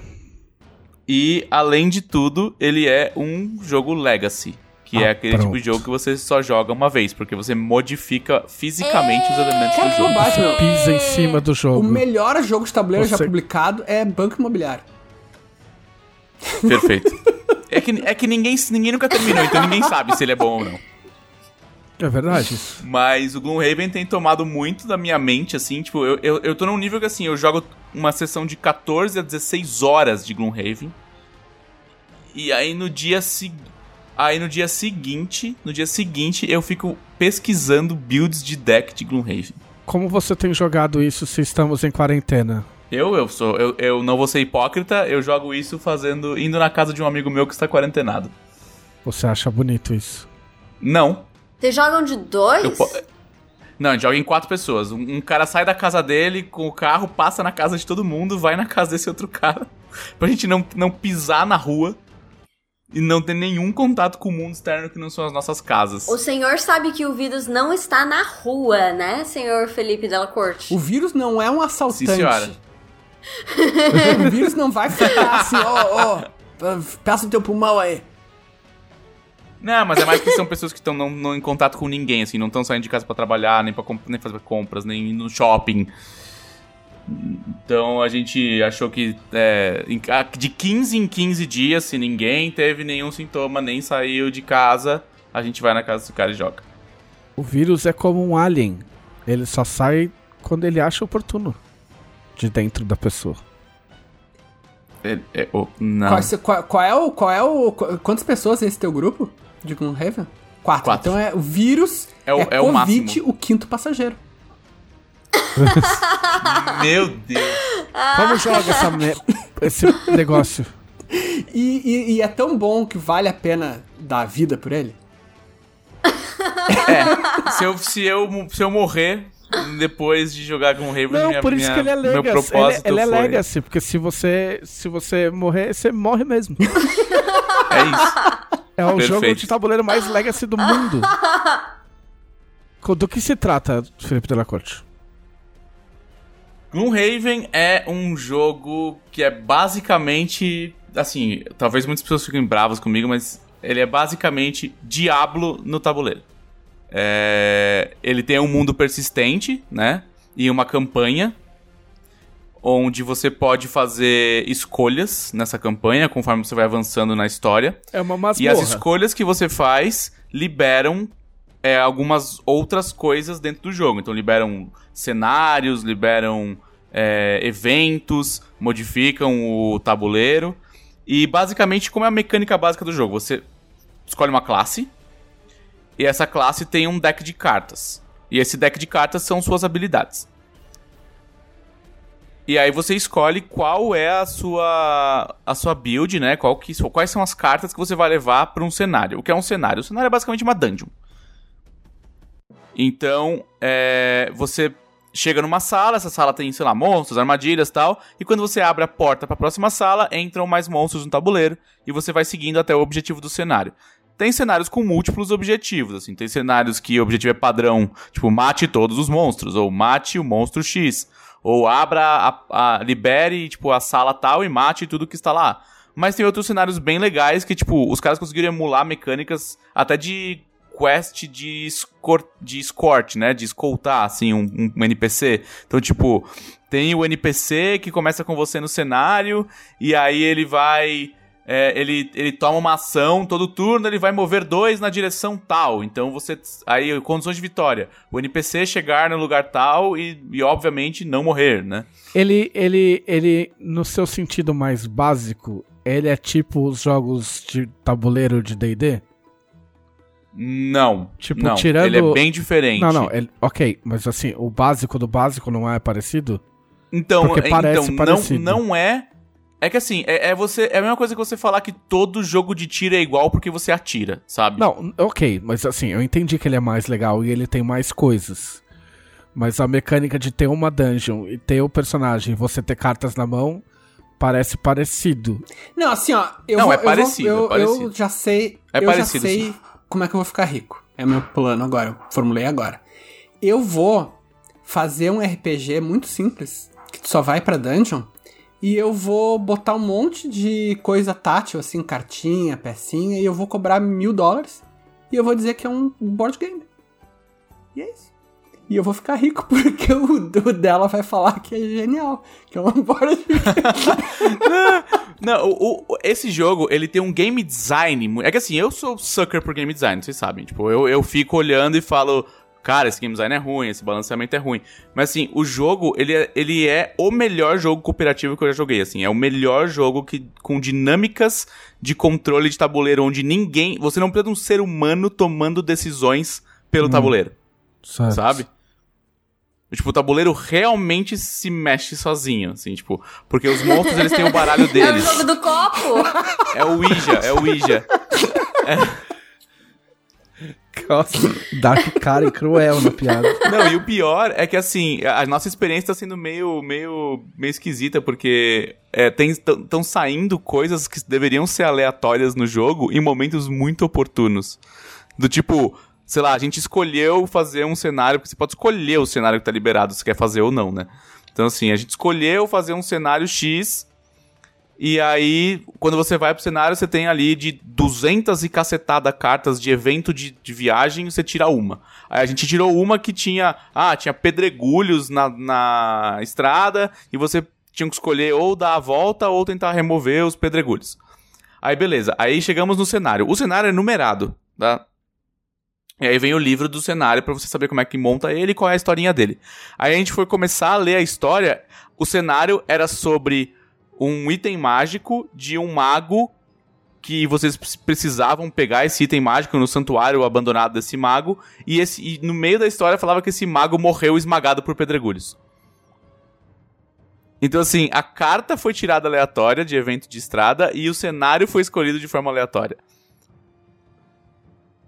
E, além de tudo, ele é um jogo Legacy, que é aquele tipo de jogo que você só joga uma vez, porque você modifica fisicamente os elementos do jogo. Você pisa em cima do jogo. O melhor jogo de tabuleiro já publicado é Banco Imobiliário. Perfeito. É que ninguém nunca terminou, então ninguém sabe se ele é bom ou não. É verdade isso. Mas o Gloomhaven tem tomado muito da minha mente, assim, tipo, eu tô num nível que, assim, eu jogo uma sessão de 14 a 16 horas de Gloomhaven. E aí no dia seguinte, eu fico pesquisando builds de deck de Gloomhaven. Como você tem jogado isso se estamos em quarentena? Eu não vou ser hipócrita, eu jogo isso indo na casa de um amigo meu que está quarentenado. Você acha bonito isso? Não. Vocês jogam de 2? Não, a gente joga em 4 pessoas. Um cara sai da casa dele com o carro, passa na casa de todo mundo, vai na casa desse outro cara, pra gente não pisar na rua e não ter nenhum contato com o mundo externo que não são as nossas casas. O senhor sabe que o vírus não está na rua, né, senhor Felipe Delacorte? O vírus não é um assaltante. Sim, senhora. O vírus não vai ficar assim, peça o teu pulmão aí. Não, mas é mais que são pessoas que estão não em contato com ninguém, assim, não estão saindo de casa pra trabalhar, nem fazer compras, nem ir no shopping. Então a gente achou que de 15 em 15 dias, se ninguém teve nenhum sintoma, nem saiu de casa, a gente vai na casa desse cara e joga. O vírus é como um alien. Ele só sai quando ele acha oportuno de dentro da pessoa. Não. Quantas pessoas é esse teu grupo de Gloomhaven? 4. Então o vírus é o Covid, o quinto passageiro. Meu Deus. Como joga esse negócio? E é tão bom que vale a pena dar a vida por ele? Se eu morrer, depois de jogar com o Raven, Não, por isso que ele é meu Legacy. propósito Ele é foi... Legacy, porque se você morrer, você morre mesmo. É isso. É o Perfeito. jogo de tabuleiro mais Legacy do mundo. Do que se trata, Felipe Della Corte? Gloomhaven é um jogo que é basicamente... Assim, talvez muitas pessoas fiquem bravas comigo, mas ele é basicamente Diablo no tabuleiro. Ele tem um mundo persistente, né? E uma campanha onde você pode fazer escolhas nessa campanha conforme você vai avançando na história. É uma masmorra. E as escolhas que você faz liberam algumas outras coisas dentro do jogo. Então liberam cenários, liberam eventos, modificam o tabuleiro. E basicamente, como é a mecânica básica do jogo? Você escolhe uma classe e essa classe tem um deck de cartas. E esse deck de cartas são suas habilidades. E aí você escolhe qual é a sua build, né? Quais são as cartas que você vai levar para um cenário. O que é um cenário? O cenário é basicamente uma dungeon. Então, você chega numa sala, essa sala tem, sei lá, monstros, armadilhas e tal, e quando você abre a porta para a próxima sala, entram mais monstros no tabuleiro, e você vai seguindo até o objetivo do cenário. Tem cenários com múltiplos objetivos, assim, tem cenários que o objetivo é padrão, tipo, mate todos os monstros, ou mate o monstro X, ou libere, tipo, a sala tal e mate tudo que está lá. Mas tem outros cenários bem legais que, tipo, os caras conseguiram emular mecânicas até de quest de escort, né? De escoltar, assim, um NPC. Então, tipo, tem o NPC que começa com você no cenário, e aí ele vai... ele toma uma ação, todo turno ele vai mover 2 na direção tal. Então você... Aí, condições de vitória. O NPC chegar no lugar tal e obviamente, não morrer, né? Ele, no seu sentido mais básico, ele é tipo os jogos de tabuleiro de D&D? Não, tipo, não. Tirando... Ele é bem diferente. Não, ok, mas assim, o básico do básico não é parecido? Então, porque parece parecido. Não é... É que assim, é a mesma coisa que você falar que todo jogo de tiro é igual porque você atira, sabe? Não, ok, mas assim, eu entendi que ele é mais legal e ele tem mais coisas. Mas a mecânica de ter uma dungeon e ter o personagem e você ter cartas na mão parece parecido. Não, assim, ó... parecido. Eu já sei... parecido, já sei sim. Como é que eu vou ficar rico. É meu plano agora, eu formulei agora. Eu vou fazer um RPG muito simples, que tu só vai pra dungeon, e eu vou botar um monte de coisa tátil, assim, cartinha, pecinha, e eu vou cobrar $1.000, e eu vou dizer que é um board game. E é isso. E eu vou ficar rico, porque o dela vai falar que é genial, que é um board game. Não, esse jogo, ele tem um game design... É que assim, eu sou sucker por game design, vocês sabem. Tipo, eu fico olhando e falo... Cara, esse game design é ruim, esse balanceamento é ruim. Mas assim, o jogo, ele é o melhor jogo cooperativo que eu já joguei, assim. É o melhor jogo com dinâmicas de controle de tabuleiro, onde ninguém... Você não precisa de um ser humano tomando decisões pelo tabuleiro. Certo. Sabe? Tipo, o tabuleiro realmente se mexe sozinho, assim, tipo... Porque os monstros, eles têm o baralho deles. É o jogo do copo? É o Ouija. Nossa, dark cara e cruel na piada. Não, e o pior é que, assim, a nossa experiência tá sendo meio esquisita, porque estão saindo coisas que deveriam ser aleatórias no jogo em momentos muito oportunos. Do tipo... Sei lá, a gente escolheu fazer um cenário, porque você pode escolher o cenário que tá liberado, se quer fazer ou não, né? Então, assim, a gente escolheu fazer um cenário X, e aí, quando você vai pro cenário, você tem ali de 200 e cacetada cartas de evento de viagem, você tira uma. Aí a gente tirou uma que tinha pedregulhos na estrada, e você tinha que escolher ou dar a volta ou tentar remover os pedregulhos. Aí, beleza. Aí chegamos no cenário. O cenário é numerado, tá? E aí vem o livro do cenário pra você saber como é que monta ele e qual é a historinha dele. Aí a gente foi começar a ler a história. O cenário era sobre um item mágico de um mago que vocês precisavam pegar esse item mágico no santuário abandonado desse mago. E no meio da história falava que esse mago morreu esmagado por pedregulhos. Então, assim, a carta foi tirada aleatória de evento de estrada e o cenário foi escolhido de forma aleatória.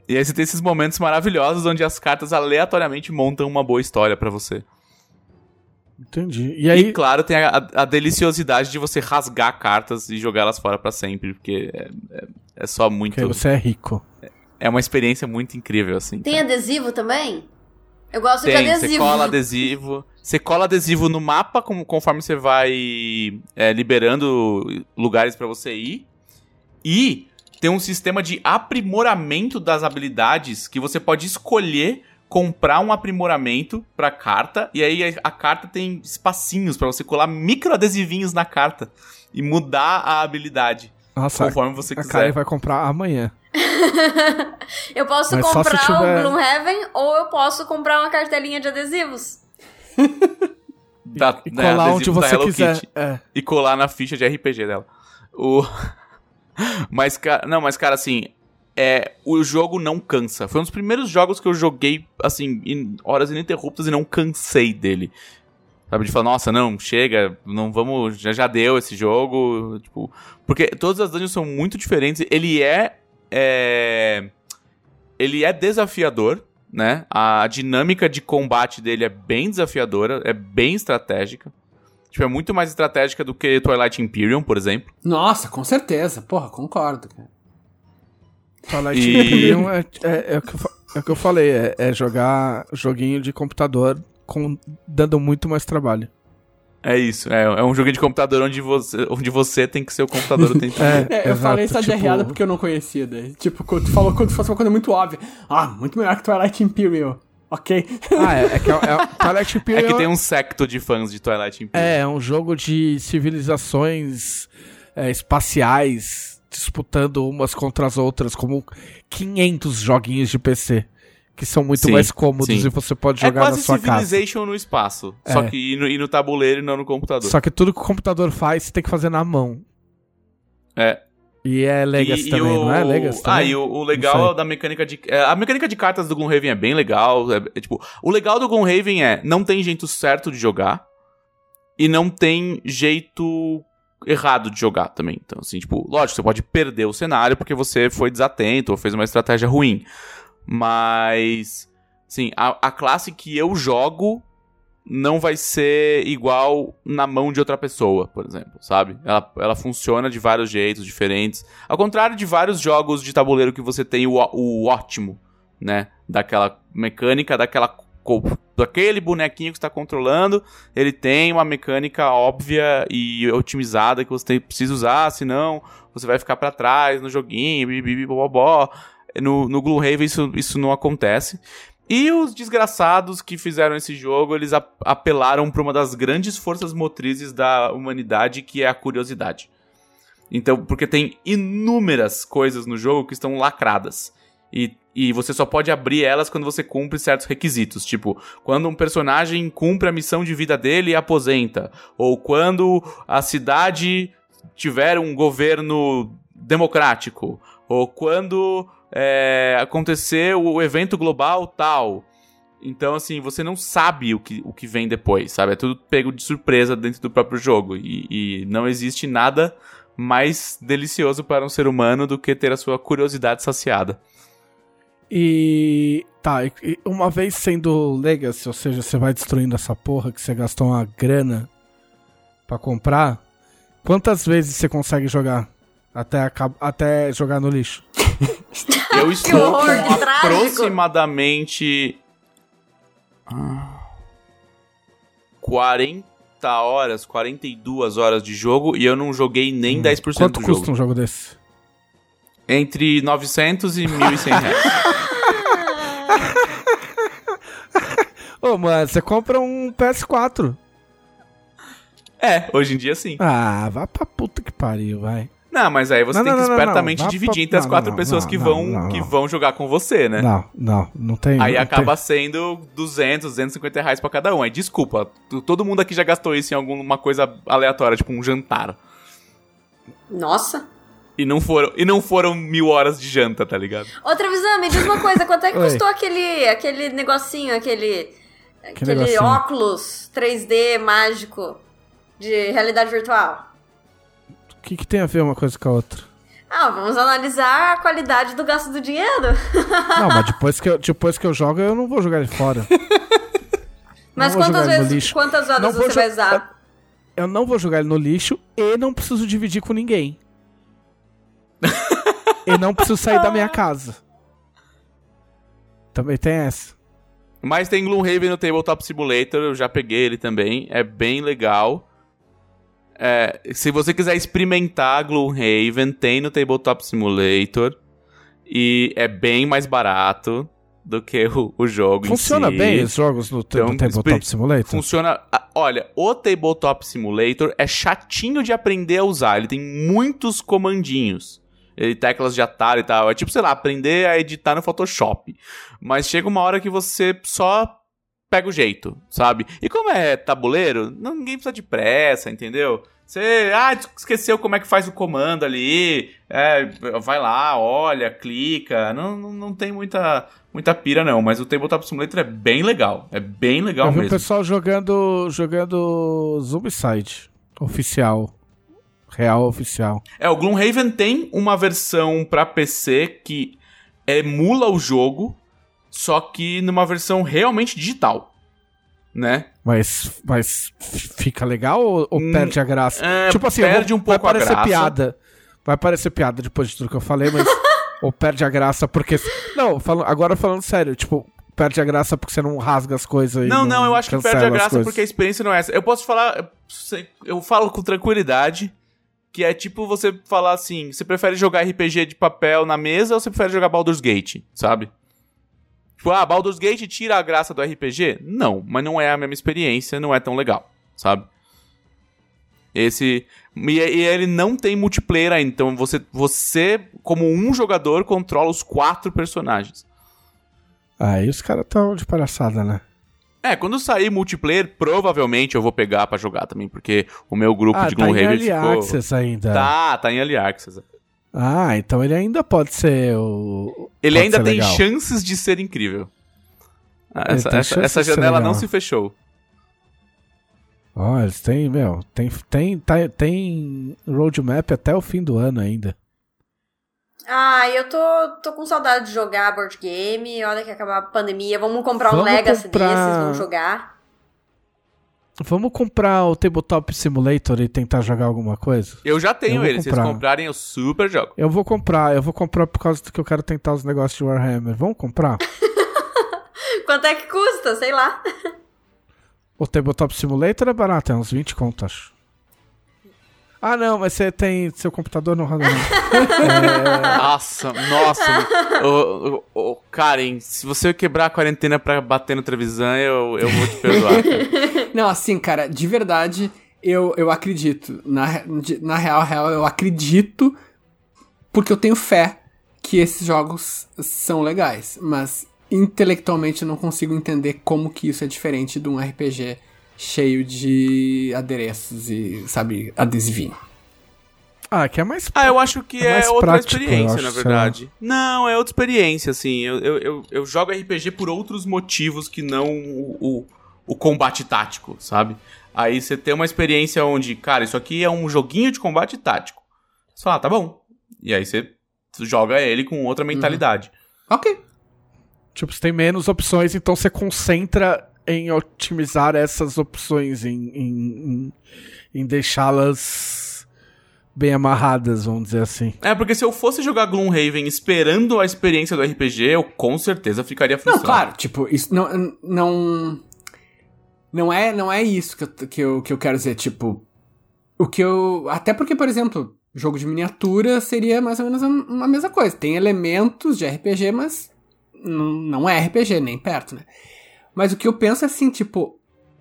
E aí você tem esses momentos maravilhosos onde as cartas aleatoriamente montam uma boa história pra você. Entendi. E aí... E claro, tem a deliciosidade de você rasgar cartas e jogar elas fora pra sempre, porque é só muito... Porque você é rico. É uma experiência muito incrível, assim. Tem adesivo também? Eu gosto de Tem, adesivo. Você cola adesivo no mapa conforme você vai liberando lugares pra você ir. E tem um sistema de aprimoramento das habilidades que você pode escolher comprar um aprimoramento pra carta. E aí a carta tem espacinhos pra você colar microadesivinhos na carta e mudar a habilidade. Nossa, conforme você quiser. A Karen vai comprar amanhã. Eu posso Mas comprar tiver... o Gloomhaven ou eu posso comprar uma cartelinha de adesivos. E colar onde você quiser. E colar na ficha de RPG dela. Mas, cara, assim, o jogo não cansa. Foi um dos primeiros jogos que eu joguei, assim, em horas ininterruptas e não cansei dele. Sabe, de falar, nossa, não, chega, não vamos, já deu esse jogo. Tipo, porque todas as dungeons são muito diferentes. Ele é desafiador, né? A dinâmica de combate dele é bem desafiadora, é bem estratégica. Tipo, é muito mais estratégica do que Twilight Imperium, por exemplo. Nossa, com certeza. Porra, concordo, cara. Twilight Imperium é o que eu falei, é jogar joguinho de computador dando muito mais trabalho. É isso, é um joguinho de computador onde você tem que ser o computador o tempo todo. Eu exato, falei essa de errada porque eu não conhecia daí. Tipo, quando tu falou quando fosse uma coisa muito óbvia. Ah, muito melhor que Twilight Imperium. Ok. Twilight Imperium é que tem um secto de fãs de Twilight Imperium. É um jogo de civilizações espaciais disputando umas contra as outras, como 500 joguinhos de PC. Que são muito mais cômodos e você pode jogar na sua casa. É quase Civilization no espaço. Só que e no tabuleiro e não no computador. Só que tudo que o computador faz, você tem que fazer na mão. E é Legacy também, não é? Legacy também? E o legal da mecânica de... a mecânica de cartas do Gloomhaven é bem legal. Tipo, o legal do Gloomhaven não tem jeito certo de jogar. E não tem jeito errado de jogar também. Então, assim, tipo, lógico, você pode perder o cenário porque você foi desatento ou fez uma estratégia ruim. Mas, sim, a classe que eu jogo não vai ser igual na mão de outra pessoa, por exemplo, sabe? Ela funciona de vários jeitos diferentes. Ao contrário de vários jogos de tabuleiro que você tem o ótimo, né? Daquela mecânica, daquele bonequinho que você está controlando, ele tem uma mecânica óbvia e otimizada que você precisa usar, senão você vai ficar pra trás no joguinho, bibibibobó. No Gloomhaven isso não acontece. E os desgraçados que fizeram esse jogo, eles apelaram para uma das grandes forças motrizes da humanidade, que é a curiosidade. Então, porque tem inúmeras coisas no jogo que estão lacradas. E você só pode abrir elas quando você cumpre certos requisitos. Tipo, quando um personagem cumpre a missão de vida dele e aposenta. Ou quando a cidade tiver um governo democrático. Ou quando... acontecer o evento global tal. Então, assim, você não sabe o que vem depois, sabe? É tudo pego de surpresa dentro do próprio jogo. E não existe nada mais delicioso para um ser humano do que ter a sua curiosidade saciada. E uma vez sendo Legacy, ou seja, você vai destruindo essa porra que você gastou uma grana pra comprar, quantas vezes você consegue jogar? Até jogar no lixo? Eu estou com aproximadamente 40 horas, 42 horas de jogo e eu não joguei nem 10% do jogo. Quanto custa um jogo desse? Entre 900 e 1.100 reais. Ô, mano, você compra um PS4. Hoje em dia sim. Ah, vai pra puta que pariu, vai. Não, mas aí você tem que espertamente dividir entre as 4 pessoas que vão jogar com você, né? Não tem. Aí acaba sendo 200, 250 reais pra cada um. Aí desculpa, todo mundo aqui já gastou isso em alguma coisa aleatória, tipo um jantar. Nossa. E não foram 1.000 horas de janta, tá ligado? Outra visão, me diz uma coisa, quanto é que custou aquele negocinho, aquele óculos 3D mágico de realidade virtual? O que tem a ver uma coisa com a outra? Vamos analisar a qualidade do gasto do dinheiro. Não, mas depois que eu jogo, eu não vou jogar ele fora. Mas quantas horas você vai usar? Eu não vou jogar ele no lixo e não preciso dividir com ninguém. E não preciso sair da minha casa. Também tem essa. Mas tem Gloomhaven no Tabletop Simulator, eu já peguei ele também, é bem legal. Se você quiser experimentar Gloomhaven, tem no Tabletop Simulator. E é bem mais barato do que o jogo Funciona em si. bem os jogos no Tabletop Simulator? Funciona... Olha, o Tabletop Simulator é chatinho de aprender a usar. Ele tem muitos comandinhos. Ele teclas de atalho e tal. É tipo, sei lá, aprender a editar no Photoshop. Mas chega uma hora que você só pega o jeito, sabe? E como é tabuleiro, ninguém precisa de pressa, entendeu? Você, esqueceu como é que faz o comando ali. Vai lá, olha, clica. Não tem muita pira, não. Mas o Tabletop Simulator é bem legal. É bem legal mesmo. Eu vi o pessoal jogando Zombicide oficial. Real oficial. O Gloomhaven tem uma versão pra PC que emula o jogo, só que numa versão realmente digital, né? Mas fica legal ou perde a graça? Tipo assim, perde um pouco a graça. Vai parecer piada depois de tudo que eu falei, mas ou perde a graça porque... Não, agora falando sério, tipo, perde a graça porque você não rasga as coisas. Não, eu acho que perde a graça porque a experiência não é essa. Eu posso falar, eu falo com tranquilidade, que é tipo você falar assim, você prefere jogar RPG de papel na mesa ou você prefere jogar Baldur's Gate, sabe? Tipo, Baldur's Gate tira a graça do RPG? Não, mas não é a mesma experiência, não é tão legal, sabe? E ele não tem multiplayer ainda, então você, como um jogador, controla os 4 personagens. Aí os caras tão de palhaçada, né? Quando sair multiplayer, provavelmente eu vou pegar pra jogar também, porque o meu grupo de Gloomhaven ficou... tá em Early Access ainda. Tá em Early Access. Então ele ainda pode ser o... Ele ainda tem chances de ser incrível. Essa janela não se fechou. Eles têm, tem roadmap até o fim do ano ainda. Eu tô com saudade de jogar board game. Olha que acabar a pandemia. Vamos comprar um Legacy desses, vamos jogar. Vamos comprar o Tabletop Simulator e tentar jogar alguma coisa? Eu já tenho ele, se vocês comprarem eu super jogo. Eu vou comprar por causa do que eu quero tentar os negócios de Warhammer. Vamos comprar? Quanto é que custa? Sei lá. O Tabletop Simulator é barato, é uns 20 conto, acho. Não, mas você tem... Seu computador não roda não. Nossa. Karen, se você quebrar a quarentena pra bater no Trevisan, eu vou te perdoar, cara. Não, assim, cara, de verdade, eu acredito. Na real, eu acredito porque eu tenho fé que esses jogos são legais. Mas, intelectualmente, eu não consigo entender como que isso é diferente de um RPG cheio de adereços e, sabe, adesivinho. Que é mais... eu acho que é outra prático, experiência, na verdade. Não, é outra experiência, assim. Eu jogo RPG por outros motivos que não o combate tático, sabe? Aí você tem uma experiência onde, cara, isso aqui é um joguinho de combate tático. Você fala, tá bom. E aí você joga ele com outra mentalidade. Ok. Tipo, você tem menos opções, então você concentra em otimizar essas opções, em deixá-las bem amarradas, vamos dizer assim. Porque se eu fosse jogar Gloomhaven esperando a experiência do RPG, eu com certeza ficaria frustrado. Não, claro, tipo, isso não é isso que eu quero dizer, tipo, o que eu... Até porque, por exemplo, jogo de miniatura seria mais ou menos a mesma coisa. Tem elementos de RPG, mas não é RPG, nem perto, né? Mas o que eu penso é assim, tipo,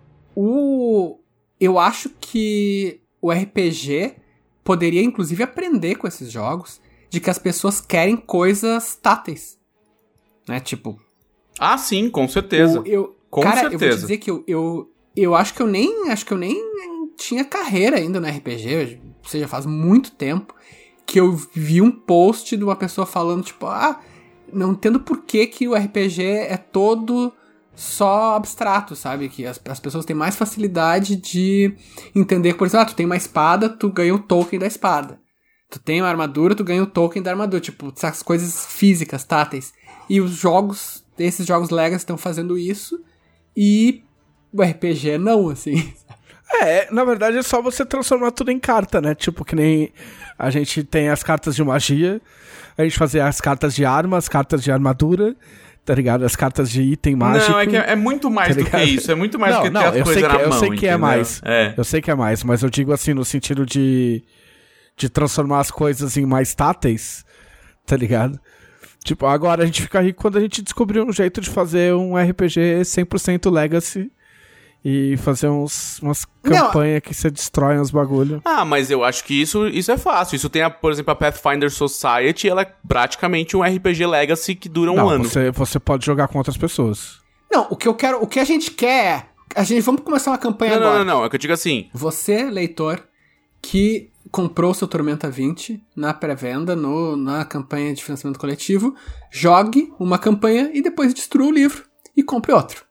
eu acho que o RPG poderia, inclusive, aprender com esses jogos de que as pessoas querem coisas táteis, né? Tipo... sim, com certeza. Com certeza. Eu vou dizer que eu acho que eu nem tinha carreira ainda no RPG, ou seja, faz muito tempo que eu vi um post de uma pessoa falando, tipo, não entendo por que o RPG é todo só abstrato, sabe? Que as pessoas têm mais facilidade de entender, por exemplo, tu tem uma espada, tu ganha o token da espada. Tu tem uma armadura, tu ganha o token da armadura. Tipo, essas coisas físicas, táteis. E esses jogos Legacy estão fazendo isso. E o RPG não, assim. Na verdade é só você transformar tudo em carta, né? Tipo, que nem a gente tem as cartas de magia, a gente fazia as cartas de arma, as cartas de armadura, tá ligado? As cartas de item mágico. Não, é que é muito mais do que isso. É muito mais do que ter as coisas na mão. Eu sei que entendeu? é mais. Eu sei que é mais, mas eu digo assim, no sentido de transformar as coisas em mais táteis, tá ligado? Tipo, agora a gente fica rico quando a gente descobriu um jeito de fazer um RPG 100% Legacy e fazer umas campanhas que você destrói uns bagulho. Ah, mas eu acho que isso é fácil. Isso tem, por exemplo, a Pathfinder Society, ela é praticamente um RPG Legacy que dura um ano. Você pode jogar com outras pessoas. Não, o que a gente quer vamos começar uma campanha agora. Não, é que eu digo assim. Você, leitor, que comprou seu Tormenta 20 na pré-venda, na campanha de financiamento coletivo, jogue uma campanha e depois destrua o livro e compre outro.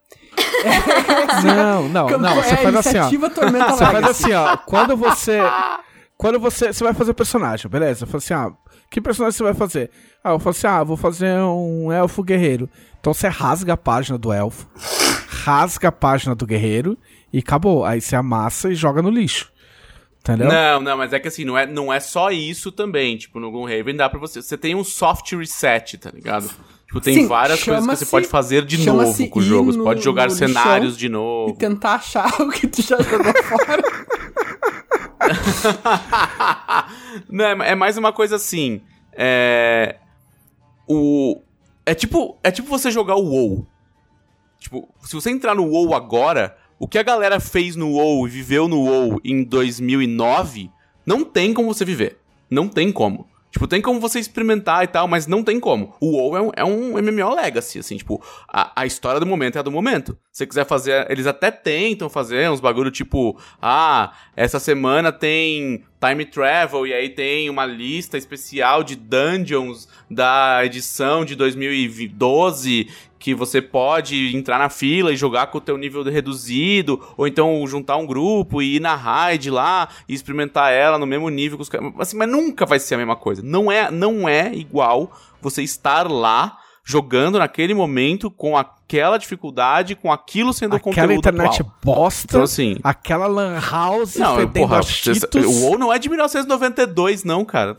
Não, você faz assim, ó. Você faz assim, ó. Quando você vai fazer o personagem, beleza? Eu falo assim, que personagem você vai fazer? Eu falo assim, vou fazer um elfo guerreiro. Então você rasga a página do elfo, rasga a página do guerreiro e acabou. Aí você amassa e joga no lixo. Entendeu? Não, mas é que assim, não é só isso também. Tipo, no Gloomhaven dá pra você tem um soft reset, tá ligado? Tipo, tem várias coisas que você pode fazer de novo com o jogo. Você pode jogar cenários de novo. E tentar achar o que tu já jogou fora. Não, é mais uma coisa assim. É tipo você jogar o WoW. Tipo, se você entrar no WoW agora, o que a galera fez no WoW e viveu no WoW em 2009, não tem como você viver. Não tem como. Tipo, tem como você experimentar e tal, mas não tem como. O WoW é um MMO Legacy, assim, tipo, a história do momento é a do momento. Se você quiser fazer, eles até tentam fazer uns bagulho tipo, essa semana tem time travel, e aí tem uma lista especial de dungeons da edição de 2012, que você pode entrar na fila e jogar com o teu nível reduzido, ou então juntar um grupo e ir na raid lá e experimentar ela no mesmo nível que os caras. Assim, mas nunca vai ser a mesma coisa. Não é igual você estar lá jogando naquele momento com aquela dificuldade, com aquilo sendo conteúdo aquela internet atual. bosta, então, assim, aquela lan house porra, o WoW não é de 1992 não, cara.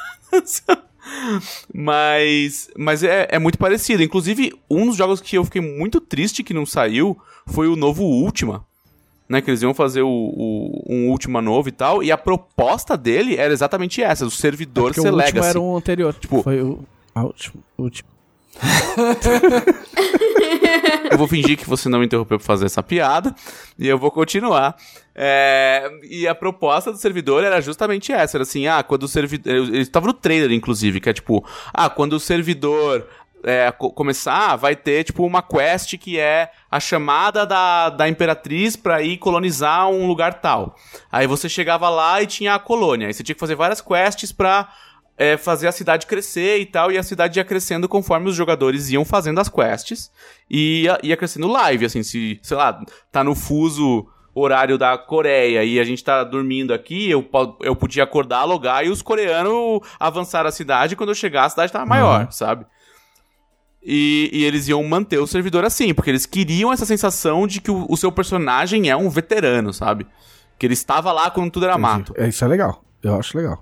Mas é muito parecido. Inclusive, um dos jogos que eu fiquei muito triste que não saiu foi o novo Ultima, né? Que eles iam fazer um Ultima novo e tal. E a proposta dele era exatamente essa: o servidor ser Legacy. O Ultima era um anterior. Tipo, foi o último. Eu vou fingir que você não me interrompeu pra fazer essa piada e eu vou continuar. E a proposta do servidor era justamente essa. Era assim, quando o servidor... Ele estava no trailer, inclusive, que é tipo... quando o servidor começar, vai ter tipo uma quest que é a chamada da Imperatriz pra ir colonizar um lugar tal. Aí você chegava lá e tinha a colônia. Aí você tinha que fazer várias quests pra... fazer a cidade crescer e tal, e a cidade ia crescendo conforme os jogadores iam fazendo as quests, e ia crescendo live, assim, se, sei lá, tá no fuso horário da Coreia, e a gente tá dormindo aqui, eu podia acordar, logar, e os coreanos avançaram a cidade, e quando eu chegar, a cidade tava maior, sabe? E eles iam manter o servidor assim, porque eles queriam essa sensação de que o seu personagem é um veterano, sabe? Que ele estava lá quando tudo era mato. Isso é legal, eu acho legal.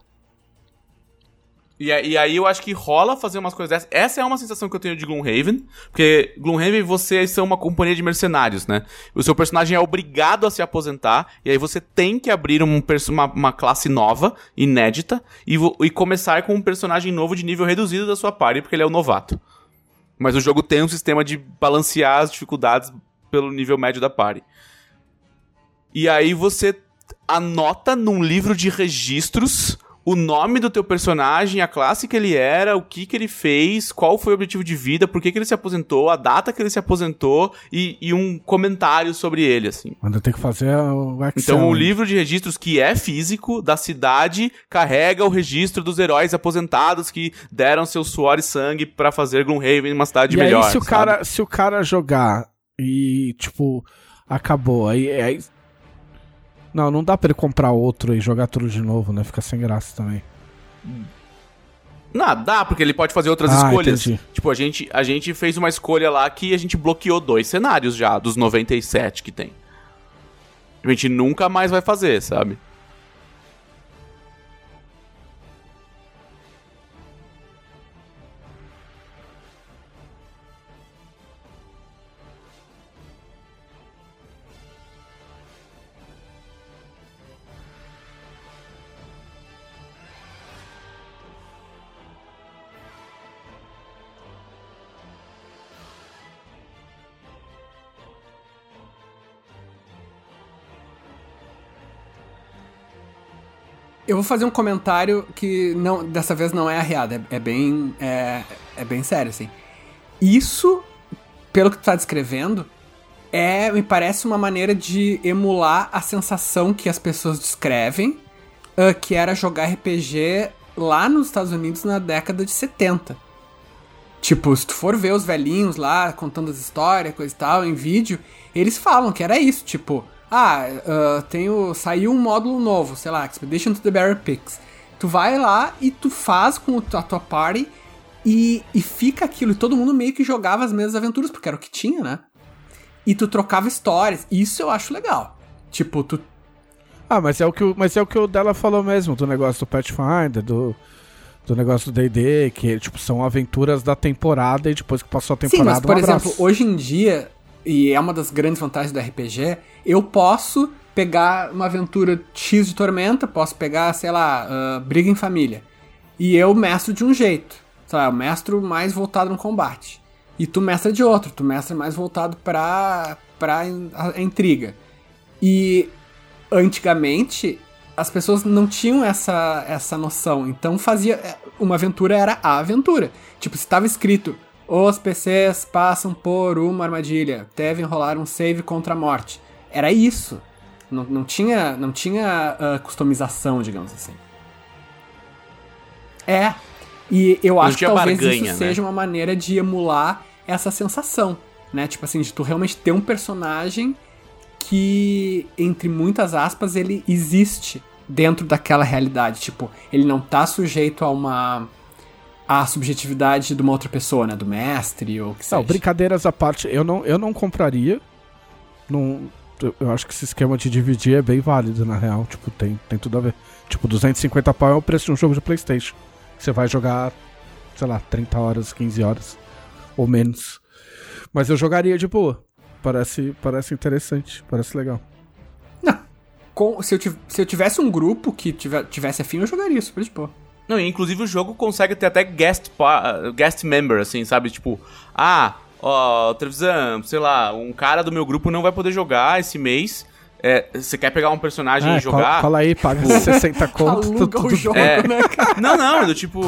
E aí eu acho que rola fazer umas coisas dessas. Essa é uma sensação que eu tenho de Gloomhaven, porque Gloomhaven vocês são uma companhia de mercenários, né? O seu personagem é obrigado a se aposentar, e aí você tem que abrir uma classe nova, inédita, e começar com um personagem novo de nível reduzido da sua party, porque ele é o novato. Mas o jogo tem um sistema de balancear as dificuldades pelo nível médio da party. E aí você anota num livro de registros o nome do teu personagem, a classe que ele era, o que ele fez, qual foi o objetivo de vida, por que ele se aposentou, a data que ele se aposentou e um comentário sobre ele, assim. Quando eu tenho que fazer o Excel. Então o livro de registros, que é físico, da cidade, carrega o registro dos heróis aposentados que deram seu suor e sangue pra fazer Gloomhaven uma cidade melhor. E aí se o cara jogar e, tipo, acabou, aí Não dá pra ele comprar outro e jogar tudo de novo, né? Fica sem graça também. Não, dá, porque ele pode fazer outras escolhas. Entendi. Tipo, a gente fez uma escolha lá que a gente bloqueou 2 cenários já, dos 97 que tem. A gente nunca mais vai fazer, sabe? Eu vou fazer um comentário que não, dessa vez não é arreado, é bem sério, assim. Isso, pelo que tu tá descrevendo, me parece uma maneira de emular a sensação que as pessoas descrevem, que era jogar RPG lá nos Estados Unidos na década de 70. Tipo, se tu for ver os velhinhos lá contando as histórias, coisa e tal, em vídeo, eles falam que era isso, tipo... saiu um módulo novo, sei lá, Expedition to the Barrier Peaks. Tu vai lá e tu faz com a tua party e fica aquilo. E todo mundo meio que jogava as mesmas aventuras, porque era o que tinha, né? E tu trocava histórias. Isso eu acho legal. Tipo, tu... Mas é o que o dela falou mesmo, do negócio do Pathfinder, do negócio do D&D, que tipo, são aventuras da temporada e depois que passou a temporada... Sim, mas por exemplo, hoje em dia... E é uma das grandes vantagens do RPG, eu posso pegar uma aventura X de Tormenta, posso pegar, sei lá, Briga em Família. E eu mestro de um jeito. Sei lá, eu mestro mais voltado no combate. E tu mestra de outro, tu mestra mais voltado pra a intriga. E antigamente, as pessoas não tinham essa noção. Então uma aventura era a aventura. Tipo, se estava escrito... Os PCs passam por uma armadilha. Devem rolar um save contra a morte. Era isso. Não tinha customização, digamos assim. E eu acho que talvez isso seja uma maneira de emular essa sensação, né? Tipo assim, de tu realmente ter um personagem que, entre muitas aspas, ele existe dentro daquela realidade. Tipo, ele não tá sujeito a subjetividade de uma outra pessoa, né? Do mestre ou o que seja. Brincadeiras à parte, eu não compraria. Eu acho que esse esquema de dividir é bem válido, na real. Tipo, tem tudo a ver. Tipo, 250 pau é o preço de um jogo de PlayStation. Você vai jogar, sei lá, 30 horas, 15 horas. Ou menos. Mas eu jogaria de boa. Parece interessante, parece legal. Não. Se eu tivesse um grupo que tivesse afim, eu jogaria super de boa. Não, e inclusive o jogo consegue ter até guest member, assim, sabe? Tipo, Trevisan, sei lá, um cara do meu grupo não vai poder jogar esse mês. Você quer pegar um personagem e jogar? Cola aí, paga 60 conto. Aluga o jogo, né, cara? Não, do tipo...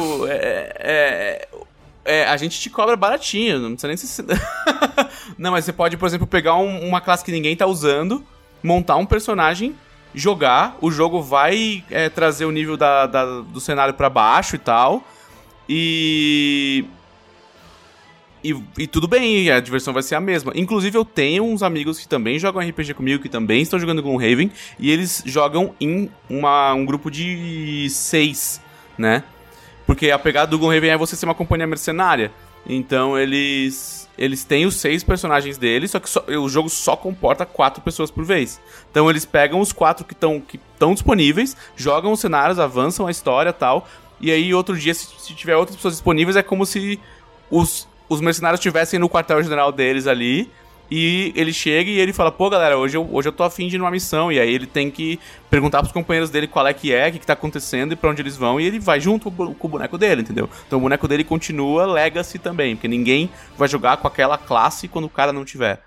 a gente te cobra baratinho, não precisa nem ser... Não, mas você pode, por exemplo, pegar uma classe que ninguém tá usando, montar um personagem... jogar, o jogo vai trazer o nível do cenário pra baixo e tal, e tudo bem, a diversão vai ser a mesma. Inclusive eu tenho uns amigos que também jogam RPG comigo, que também estão jogando Gloomhaven, e eles jogam em um grupo de 6, né? Porque a pegada do Gloomhaven é você ser uma companhia mercenária, então eles têm os 6 personagens deles, só que o jogo só comporta 4 pessoas por vez. Então eles pegam os 4 que estão disponíveis, jogam os cenários, avançam a história e tal, e aí outro dia, se tiver outras pessoas disponíveis, é como se os mercenários estivessem no quartel-general deles ali, e ele chega e ele fala, pô galera, hoje eu tô afim de ir numa missão, e aí ele tem que perguntar pros companheiros dele qual é, o que tá acontecendo e pra onde eles vão, e ele vai junto com o boneco dele, entendeu? Então o boneco dele continua Legacy também, porque ninguém vai jogar com aquela classe quando o cara não tiver.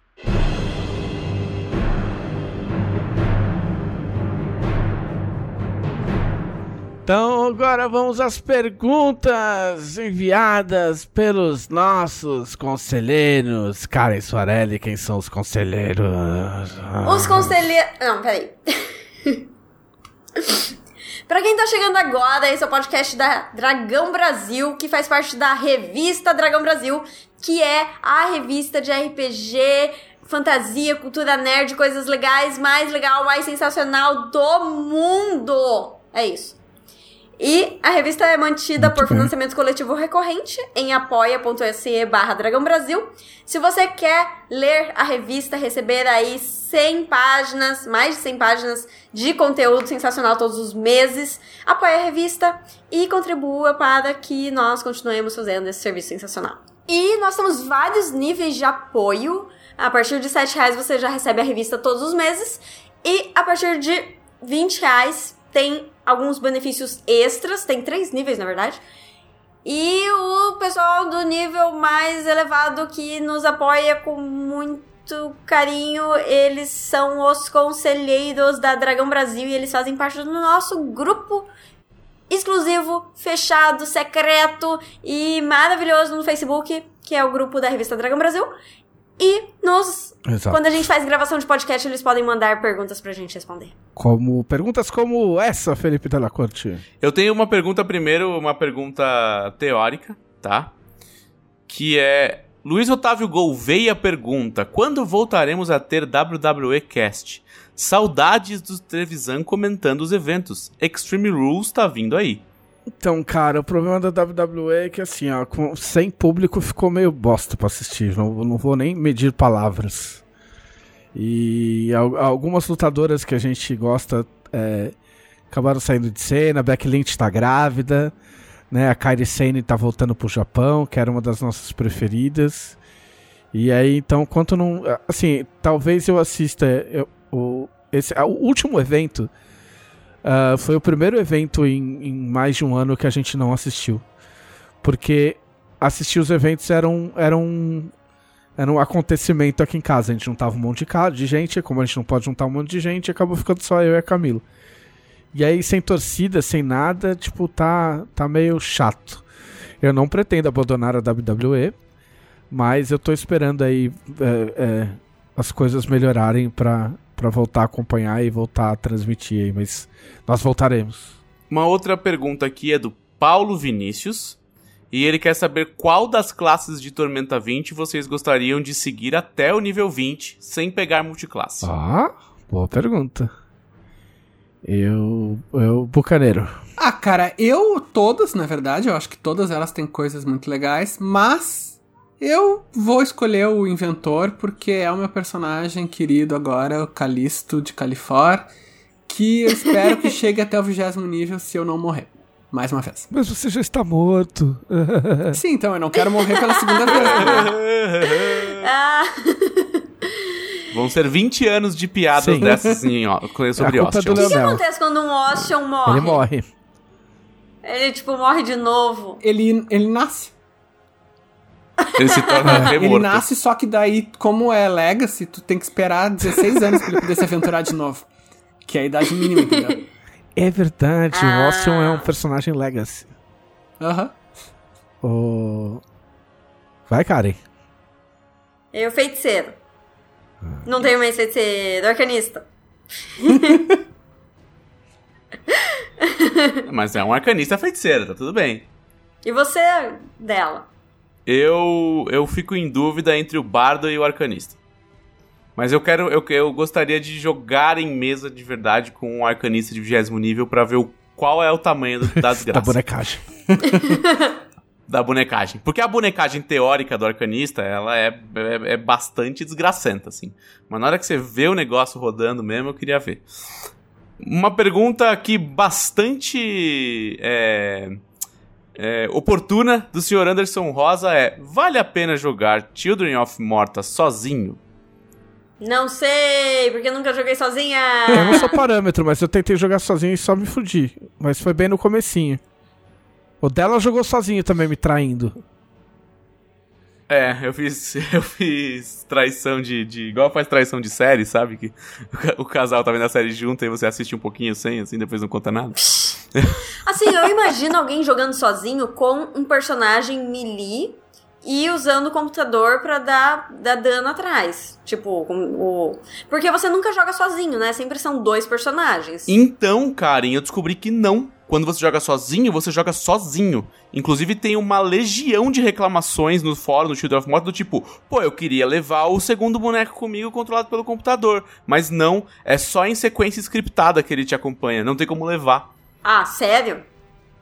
Então agora vamos às perguntas enviadas pelos nossos conselheiros. Karen Soarelli, quem são os conselheiros? Os conselheiros... Não, peraí. Pra quem tá chegando agora, esse é o podcast da Dragão Brasil, que faz parte da revista Dragão Brasil, que é a revista de RPG, fantasia, cultura nerd, coisas legais, mais legal, mais sensacional do mundo. É isso. E a revista é mantida Muito por bem. financiamento coletivo recorrente em apoia.se/Dragão Brasil. Se você quer ler a revista, receber aí 100 páginas, mais de 100 páginas de conteúdo sensacional todos os meses, apoie a revista e contribua para que nós continuemos fazendo esse serviço sensacional. E nós temos vários níveis de apoio. A partir de R$7 você já recebe a revista todos os meses. E a partir de R$20 tem alguns benefícios extras. Tem 3 níveis, na verdade. E o pessoal do nível mais elevado que nos apoia com muito carinho, eles são os conselheiros da Dragão Brasil e eles fazem parte do nosso grupo exclusivo, fechado, secreto e maravilhoso no Facebook, que é o grupo da revista Dragão Brasil. E quando a gente faz gravação de podcast, eles podem mandar perguntas pra gente responder. Perguntas como essa, Felipe Della Corte. Eu tenho uma pergunta primeiro, uma pergunta teórica, tá? Que é... Luiz Otávio Gouveia pergunta: quando voltaremos a ter WWE Cast? Saudades do Trevisan comentando os eventos. Extreme Rules tá vindo aí. Então, cara, o problema da WWE é que, assim, ó, sem público ficou meio bosta pra assistir. Não vou nem medir palavras. E algumas lutadoras que a gente gosta acabaram saindo de cena. A Becky Lynch tá grávida, né? A Kairi Sane tá voltando pro Japão, que era uma das nossas preferidas. E aí, então, enquanto não... Assim, talvez eu assista... o último evento... foi o primeiro evento em mais de um ano que a gente não assistiu. Porque assistir os eventos era um acontecimento aqui em casa. A gente juntava um monte de gente. Como a gente não pode juntar um monte de gente, acabou ficando só eu e a Camila. E aí, sem torcida, sem nada, tipo, tá meio chato. Eu não pretendo abandonar a WWE, mas eu tô esperando aí as coisas melhorarem pra voltar a acompanhar e voltar a transmitir aí, mas nós voltaremos. Uma outra pergunta aqui é do Paulo Vinícius, e ele quer saber qual das classes de Tormenta 20 vocês gostariam de seguir até o nível 20, sem pegar multiclasse. Boa pergunta. Eu Bucaneiro. Cara, todas, na verdade, eu acho que todas elas têm coisas muito legais, mas... eu vou escolher o Inventor porque é o meu personagem querido agora, o Calisto de Califor, que eu espero que chegue até o 20º nível se eu não morrer. Mais uma vez. Mas você já está morto. Sim, então eu não quero morrer pela segunda vez. Vão ser 20 anos de piadas Sim. dessas sobre Osteon. O que acontece quando um Osteon morre? Ele morre. Ele, tipo, morre de novo. Ele nasce. Ele se torna remorto. Ele nasce, só que daí, como é Legacy, tu tem que esperar 16 anos pra ele poder se aventurar de novo. Que é a idade mínima, entendeu? É verdade, o Osteon é um personagem Legacy. Aham. Vai, Karen. Eu, feiticeiro. Não tenho mais feiticeiro, arcanista. Mas é um arcanista feiticeiro, tá tudo bem. E você, dela? Eu fico em dúvida entre o bardo e o arcanista. Mas eu gostaria de jogar em mesa de verdade com um arcanista de 20º nível pra ver qual é o tamanho da desgraça. Da bonecagem. Da bonecagem. Porque a bonecagem teórica do arcanista, ela é bastante desgracenta, assim. Mas na hora que você vê o negócio rodando mesmo, eu queria ver. Uma pergunta aqui bastante... oportuna do Sr. Anderson Rosa vale a pena jogar Children of Morta sozinho? Não sei, porque eu nunca joguei sozinha. Eu não sou parâmetro, mas eu tentei jogar sozinho e só me fudi. Mas foi bem no comecinho. O dela jogou sozinho também, me traindo. Eu fiz traição de... Igual faz traição de série, sabe? Que o casal tá vendo a série junto e você assiste um pouquinho sem, assim, depois não conta nada. Assim, eu imagino alguém jogando sozinho com um personagem melee e usando o computador pra dar dano atrás. Tipo, porque você nunca joga sozinho, né? Sempre são 2 personagens. Então, Karen, eu descobri que não. Quando você joga sozinho, você joga sozinho. Inclusive, tem uma legião de reclamações no fórum do Children of Morta do tipo, eu queria levar o segundo boneco comigo controlado pelo computador. Mas não, é só em sequência scriptada que ele te acompanha. Não tem como levar. Ah, sério?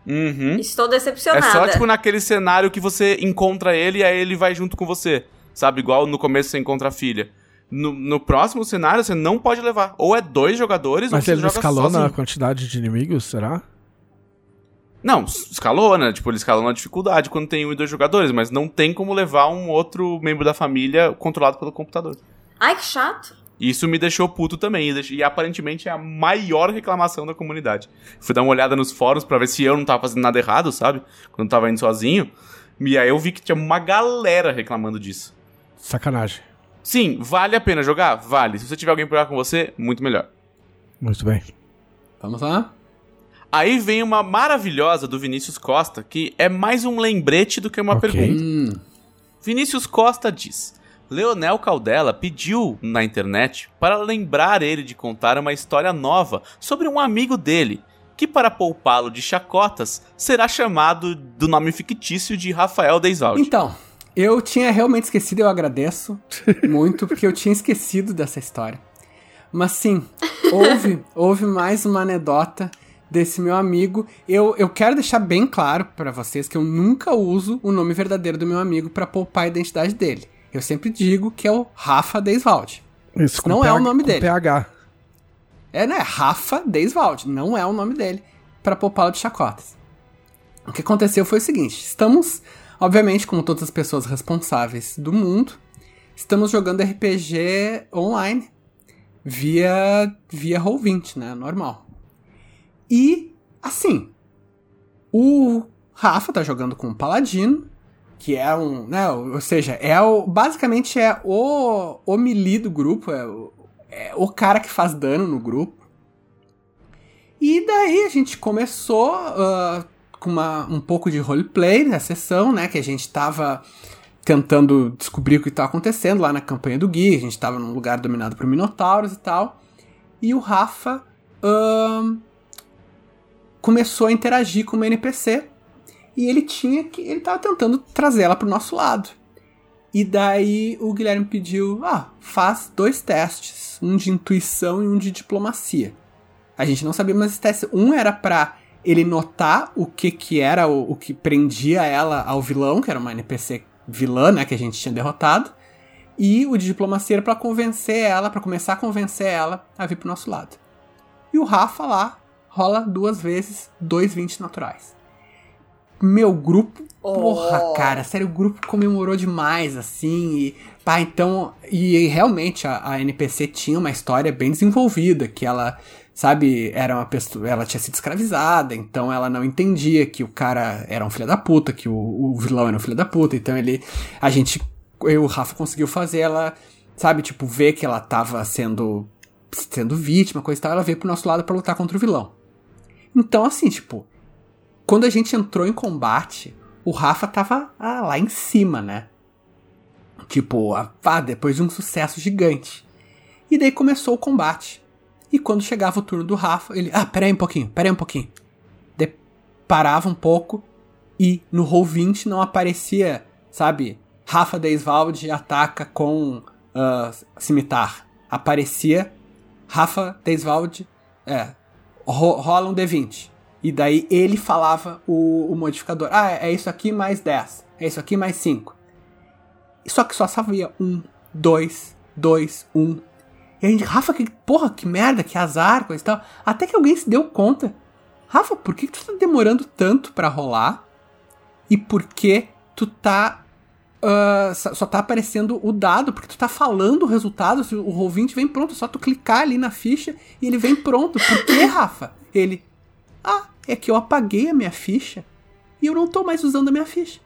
Uhum. Estou decepcionada. É só, tipo, naquele cenário que você encontra ele e aí ele vai junto com você. Sabe? Igual no começo você encontra a filha. No próximo cenário você não pode levar. Ou é 2 jogadores, mas ou você ele joga escalona sozinho. a quantidade de inimigos, será? Não, escalona. Tipo, ele escalona a dificuldade quando tem 1 e 2 jogadores. Mas não tem como levar um outro membro da família controlado pelo computador. Ai, que chato. Isso me deixou puto também. E aparentemente é a maior reclamação da comunidade. Fui dar uma olhada nos fóruns pra ver se eu não tava fazendo nada errado, sabe? Quando eu tava indo sozinho. E aí eu vi que tinha uma galera reclamando disso. Sacanagem. Sim, vale a pena jogar? Vale. Se você tiver alguém pra jogar com você, muito melhor. Muito bem. Vamos lá? Aí vem uma maravilhosa do Vinícius Costa, que é mais um lembrete do que uma Ok. pergunta. Vinícius Costa diz: Leonel Caldela pediu na internet para lembrar ele de contar uma história nova sobre um amigo dele, que para poupá-lo de chacotas, será chamado do nome fictício de Rafael Deisvalde. Então, eu tinha realmente esquecido, eu agradeço muito, porque eu tinha esquecido dessa história. Mas sim, houve mais uma anedota desse meu amigo. Eu quero deixar bem claro pra vocês que eu nunca uso o nome verdadeiro do meu amigo pra poupar a identidade dele. Eu sempre digo que é o Rafa Deisvalde. Isso, Não é o nome dele. PH. É Rafa Deisvalde, não é o nome dele, pra poupá-lo de chacotas. O que aconteceu foi o seguinte: estamos, obviamente, como todas as pessoas responsáveis do mundo, estamos jogando RPG online via Roll20, né, normal. E, assim, o Rafa tá jogando com um paladino, que é um, né, ou seja, basicamente é o melee do grupo, é o cara que faz dano no grupo. E daí a gente começou com um pouco de roleplay na sessão, né, que a gente tava tentando descobrir o que estava acontecendo lá na campanha do Gui, a gente tava num lugar dominado por minotauros e tal, e o Rafa começou a interagir com uma NPC, e ele tava tentando trazer ela pro nosso lado. E daí o Guilherme pediu, faz 2 testes, um de intuição e um de diplomacia. A gente não sabia, mas esse teste, um era pra ele notar o que era o que prendia ela ao vilão, que era uma NPC vilã, né, que a gente tinha derrotado, e o de diplomacia era pra convencer ela, pra começar a convencer ela a vir pro nosso lado. E o Rafa lá rola 2 vezes 2 20 naturais. Meu grupo, porra, cara, sério, o grupo comemorou demais, assim, e realmente a NPC tinha uma história bem desenvolvida, que ela, sabe, era uma pessoa, ela tinha sido escravizada, então ela não entendia que o cara era um filho da puta, que o vilão era um filho da puta, então o Rafa conseguiu fazer ela, sabe, tipo, ver que ela tava sendo vítima, coisa e tal, ela veio pro nosso lado pra lutar contra o vilão. Então, assim, tipo, quando a gente entrou em combate, o Rafa tava lá em cima, né? Tipo, depois de um sucesso gigante. E daí começou o combate. E quando chegava o turno do Rafa, ele... peraí um pouquinho. Daí parava um pouco e no Roll20 não aparecia, sabe? Rafa Deisvalde ataca com cimitar. Aparecia Rafa Deisvalde... rola um D20. E daí ele falava o modificador. É isso aqui mais 10. É isso aqui mais 5. Só que só sabia 1, 2, 2, 1. E a gente, Rafa, que merda, que azar, coisa e tal. Até que alguém se deu conta. Rafa, por que tu tá demorando tanto pra rolar? E por que tu tá... só tá aparecendo o dado, porque tu tá falando o resultado, o Roll20 vem pronto, é só tu clicar ali na ficha e ele vem pronto. Por que, Rafa? Ele... é que eu apaguei a minha ficha e eu não tô mais usando a minha ficha.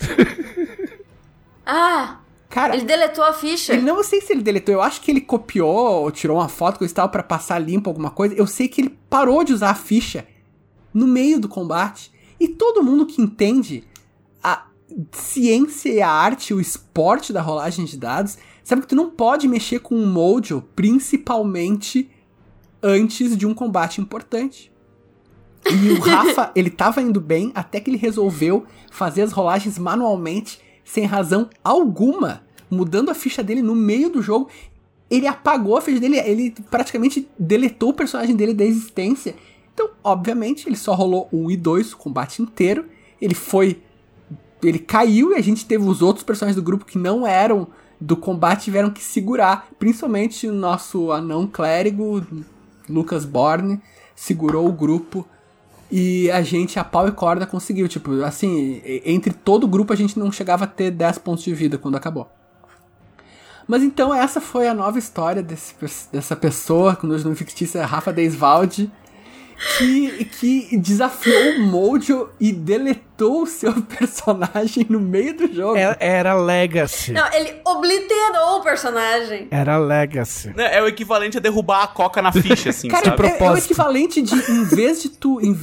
Cara, ele deletou a ficha. Ele não sei se ele deletou, eu acho que ele copiou ou tirou uma foto coisa e tal pra passar limpo alguma coisa. Eu sei que ele parou de usar a ficha no meio do combate. E todo mundo que entende a ciência e a arte, o esporte da rolagem de dados, sabe que tu não pode mexer com um mojo, principalmente antes de um combate importante. E o Rafa, ele tava indo bem até que ele resolveu fazer as rolagens manualmente, sem razão alguma, mudando a ficha dele no meio do jogo. Ele apagou a ficha dele, ele praticamente deletou o personagem dele da existência. Então, obviamente, ele só rolou 1 e 2, o combate inteiro. Ele caiu e a gente teve os outros personagens do grupo que não eram do combate, tiveram que segurar. Principalmente o nosso anão clérigo, Lucas Borne, segurou o grupo. E a gente, a pau e corda, conseguiu. Tipo, assim, entre todo o grupo a gente não chegava a ter 10 pontos de vida quando acabou. Mas então essa foi a nova história dessa pessoa, com o nome fictício é Rafa Deisvalde, que desafiou o Mojo e deletou o seu personagem no meio do jogo. Era Legacy. Não, ele obliterou o personagem. Era Legacy. É o equivalente a derrubar a coca na ficha, assim, Cara, sabe? é o equivalente de, em vez de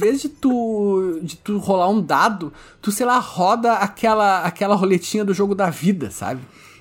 tu rolar um dado, tu, sei lá, roda aquela roletinha do jogo da vida, sabe?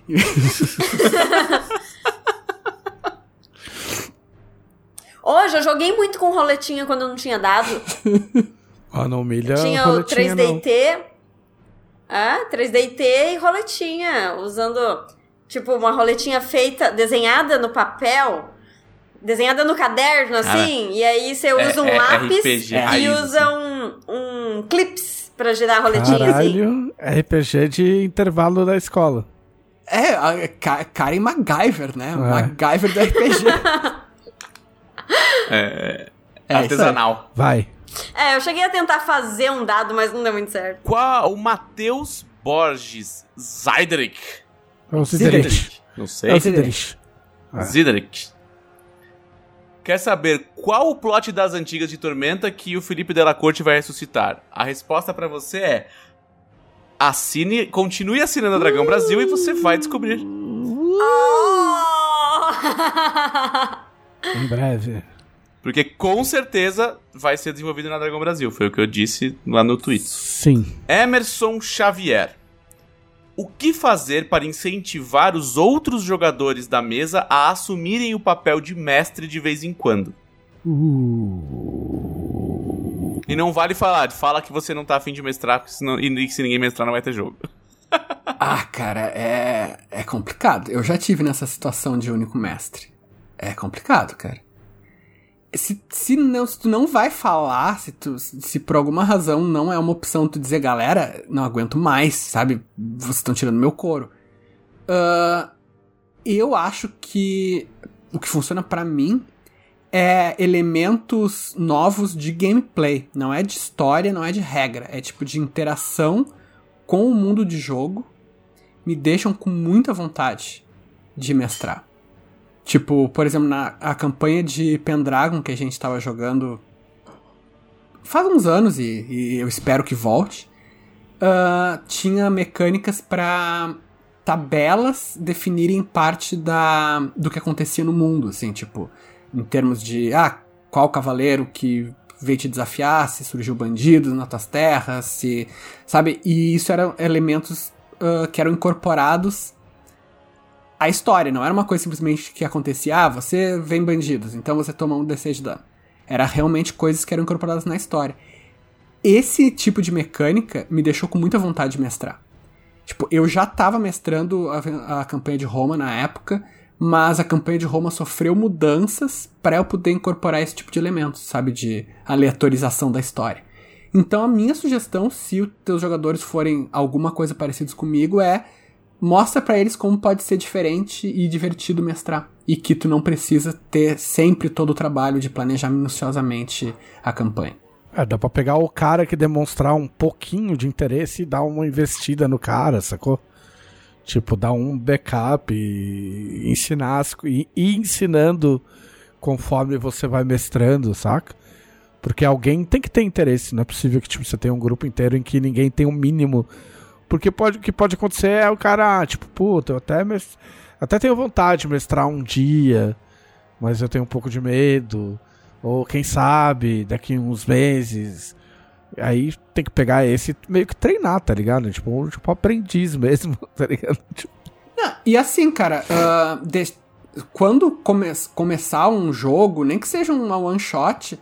Hoje eu joguei muito com roletinha quando não tinha dado. Não humilha Tinha o roletinha, 3DT. 3DT e roletinha. Usando, tipo, uma roletinha feita, desenhada no papel. Desenhada no caderno, assim. E aí você usa um lápis RPG, e usa um clips pra girar a roletinha, Caralho, assim. RPG de intervalo da escola. Karen MacGyver, né? MacGyver do RPG. Artesanal. Vai. Eu cheguei a tentar fazer um dado, mas não deu muito certo. Qual o Matheus Borges Zidrich? É o Zidrich. Não sei. É o Zidrich. Zidrich. Quer saber qual o plot das antigas de Tormenta que o Felipe Della Corte vai ressuscitar? A resposta pra você é: continue assinando a Dragão Brasil e você vai descobrir. Em breve. Porque com certeza vai ser desenvolvido na Dragão Brasil. Foi o que eu disse lá no tweet. Sim. Emerson Xavier. O que fazer para incentivar os outros jogadores da mesa a assumirem o papel de mestre de vez em quando? E não vale falar. Fala que você não tá afim de mestrar, porque senão, e se ninguém mestrar não vai ter jogo. Cara, é complicado. Eu já tive nessa situação de único mestre. É complicado, cara. Se tu não vai falar, se por alguma razão não é uma opção tu dizer, galera, não aguento mais, sabe? Vocês estão tirando meu couro. Eu acho que o que funciona pra mim é elementos novos de gameplay. Não é de história, não é de regra. É tipo de interação com o mundo de jogo. Me deixam com muita vontade de mestrar. Tipo, por exemplo, a campanha de Pendragon que a gente tava jogando faz uns anos e eu espero que volte, tinha mecânicas pra tabelas definirem parte do que acontecia no mundo, assim, tipo, em termos de, qual cavaleiro que veio te desafiar, se surgiu bandidos nas tuas terras, se, sabe? E isso eram elementos que eram incorporados a história, não era uma coisa simplesmente que acontecia, você vem bandidos, então você toma um D6 de dano. Era realmente coisas que eram incorporadas na história. Esse tipo de mecânica me deixou com muita vontade de mestrar. Tipo, eu já tava mestrando a campanha de Roma na época, mas a campanha de Roma sofreu mudanças para eu poder incorporar esse tipo de elementos, sabe, de aleatorização da história. Então a minha sugestão, se os teus jogadores forem alguma coisa parecidos comigo, mostra pra eles como pode ser diferente e divertido mestrar. E que tu não precisa ter sempre todo o trabalho de planejar minuciosamente a campanha. Dá pra pegar o cara que demonstrar um pouquinho de interesse e dar uma investida no cara, sacou? Tipo, dar um backup e ensinar e ir ensinando conforme você vai mestrando, saca? Porque alguém tem que ter interesse. Não é possível que tipo, você tenha um grupo inteiro em que ninguém tem um mínimo. Porque o que pode acontecer é o cara, tipo, puta, eu até tenho vontade de mestrar um dia, mas eu tenho um pouco de medo. Ou quem sabe, daqui uns meses. Aí tem que pegar esse e meio que treinar, tá ligado? Tipo aprendiz mesmo, tá ligado? Não, e assim, cara, quando começar um jogo, nem que seja uma one shot,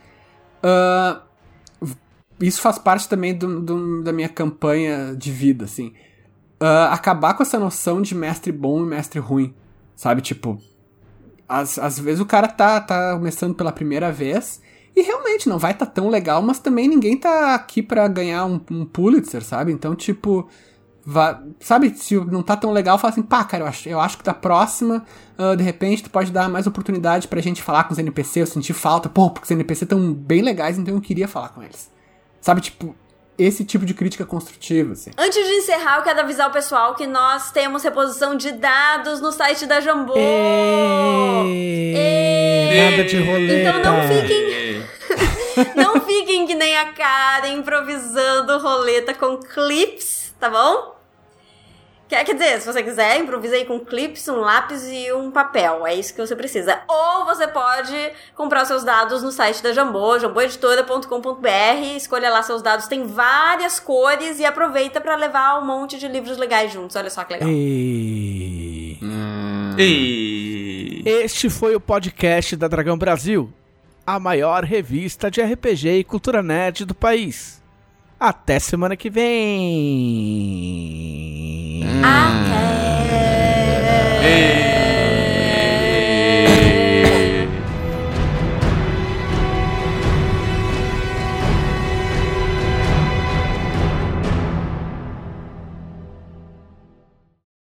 isso faz parte também da minha campanha de vida, assim. Acabar com essa noção de mestre bom e mestre ruim, sabe? Tipo, às vezes o cara tá mestrando pela primeira vez E realmente não vai tá tão legal, mas também ninguém tá aqui pra ganhar um Pulitzer, sabe? Então, tipo, sabe, se não tá tão legal, fala assim, pá, cara, eu acho que da próxima, de repente, tu pode dar mais oportunidade pra gente falar com os NPC, eu senti falta, porque os NPC tão bem legais, então eu queria falar com eles. Sabe, tipo, esse tipo de crítica construtiva, assim. Antes de encerrar, eu quero avisar o pessoal que nós temos reposição de dados no site da Jambô. Nada de roleta. Então não fiquem que nem a Karen improvisando roleta com clips, tá bom? Quer dizer, se você quiser, improvisa aí com clips, um lápis e um papel. É isso que você precisa. Ou você pode comprar os seus dados no site da Jambô, jamboeditora.com.br. Escolha lá seus dados, tem várias cores e aproveita pra levar um monte de livros legais juntos. Olha só que legal. Este foi o podcast da Dragão Brasil, a maior revista de RPG e cultura nerd do país. Até semana que vem. Até.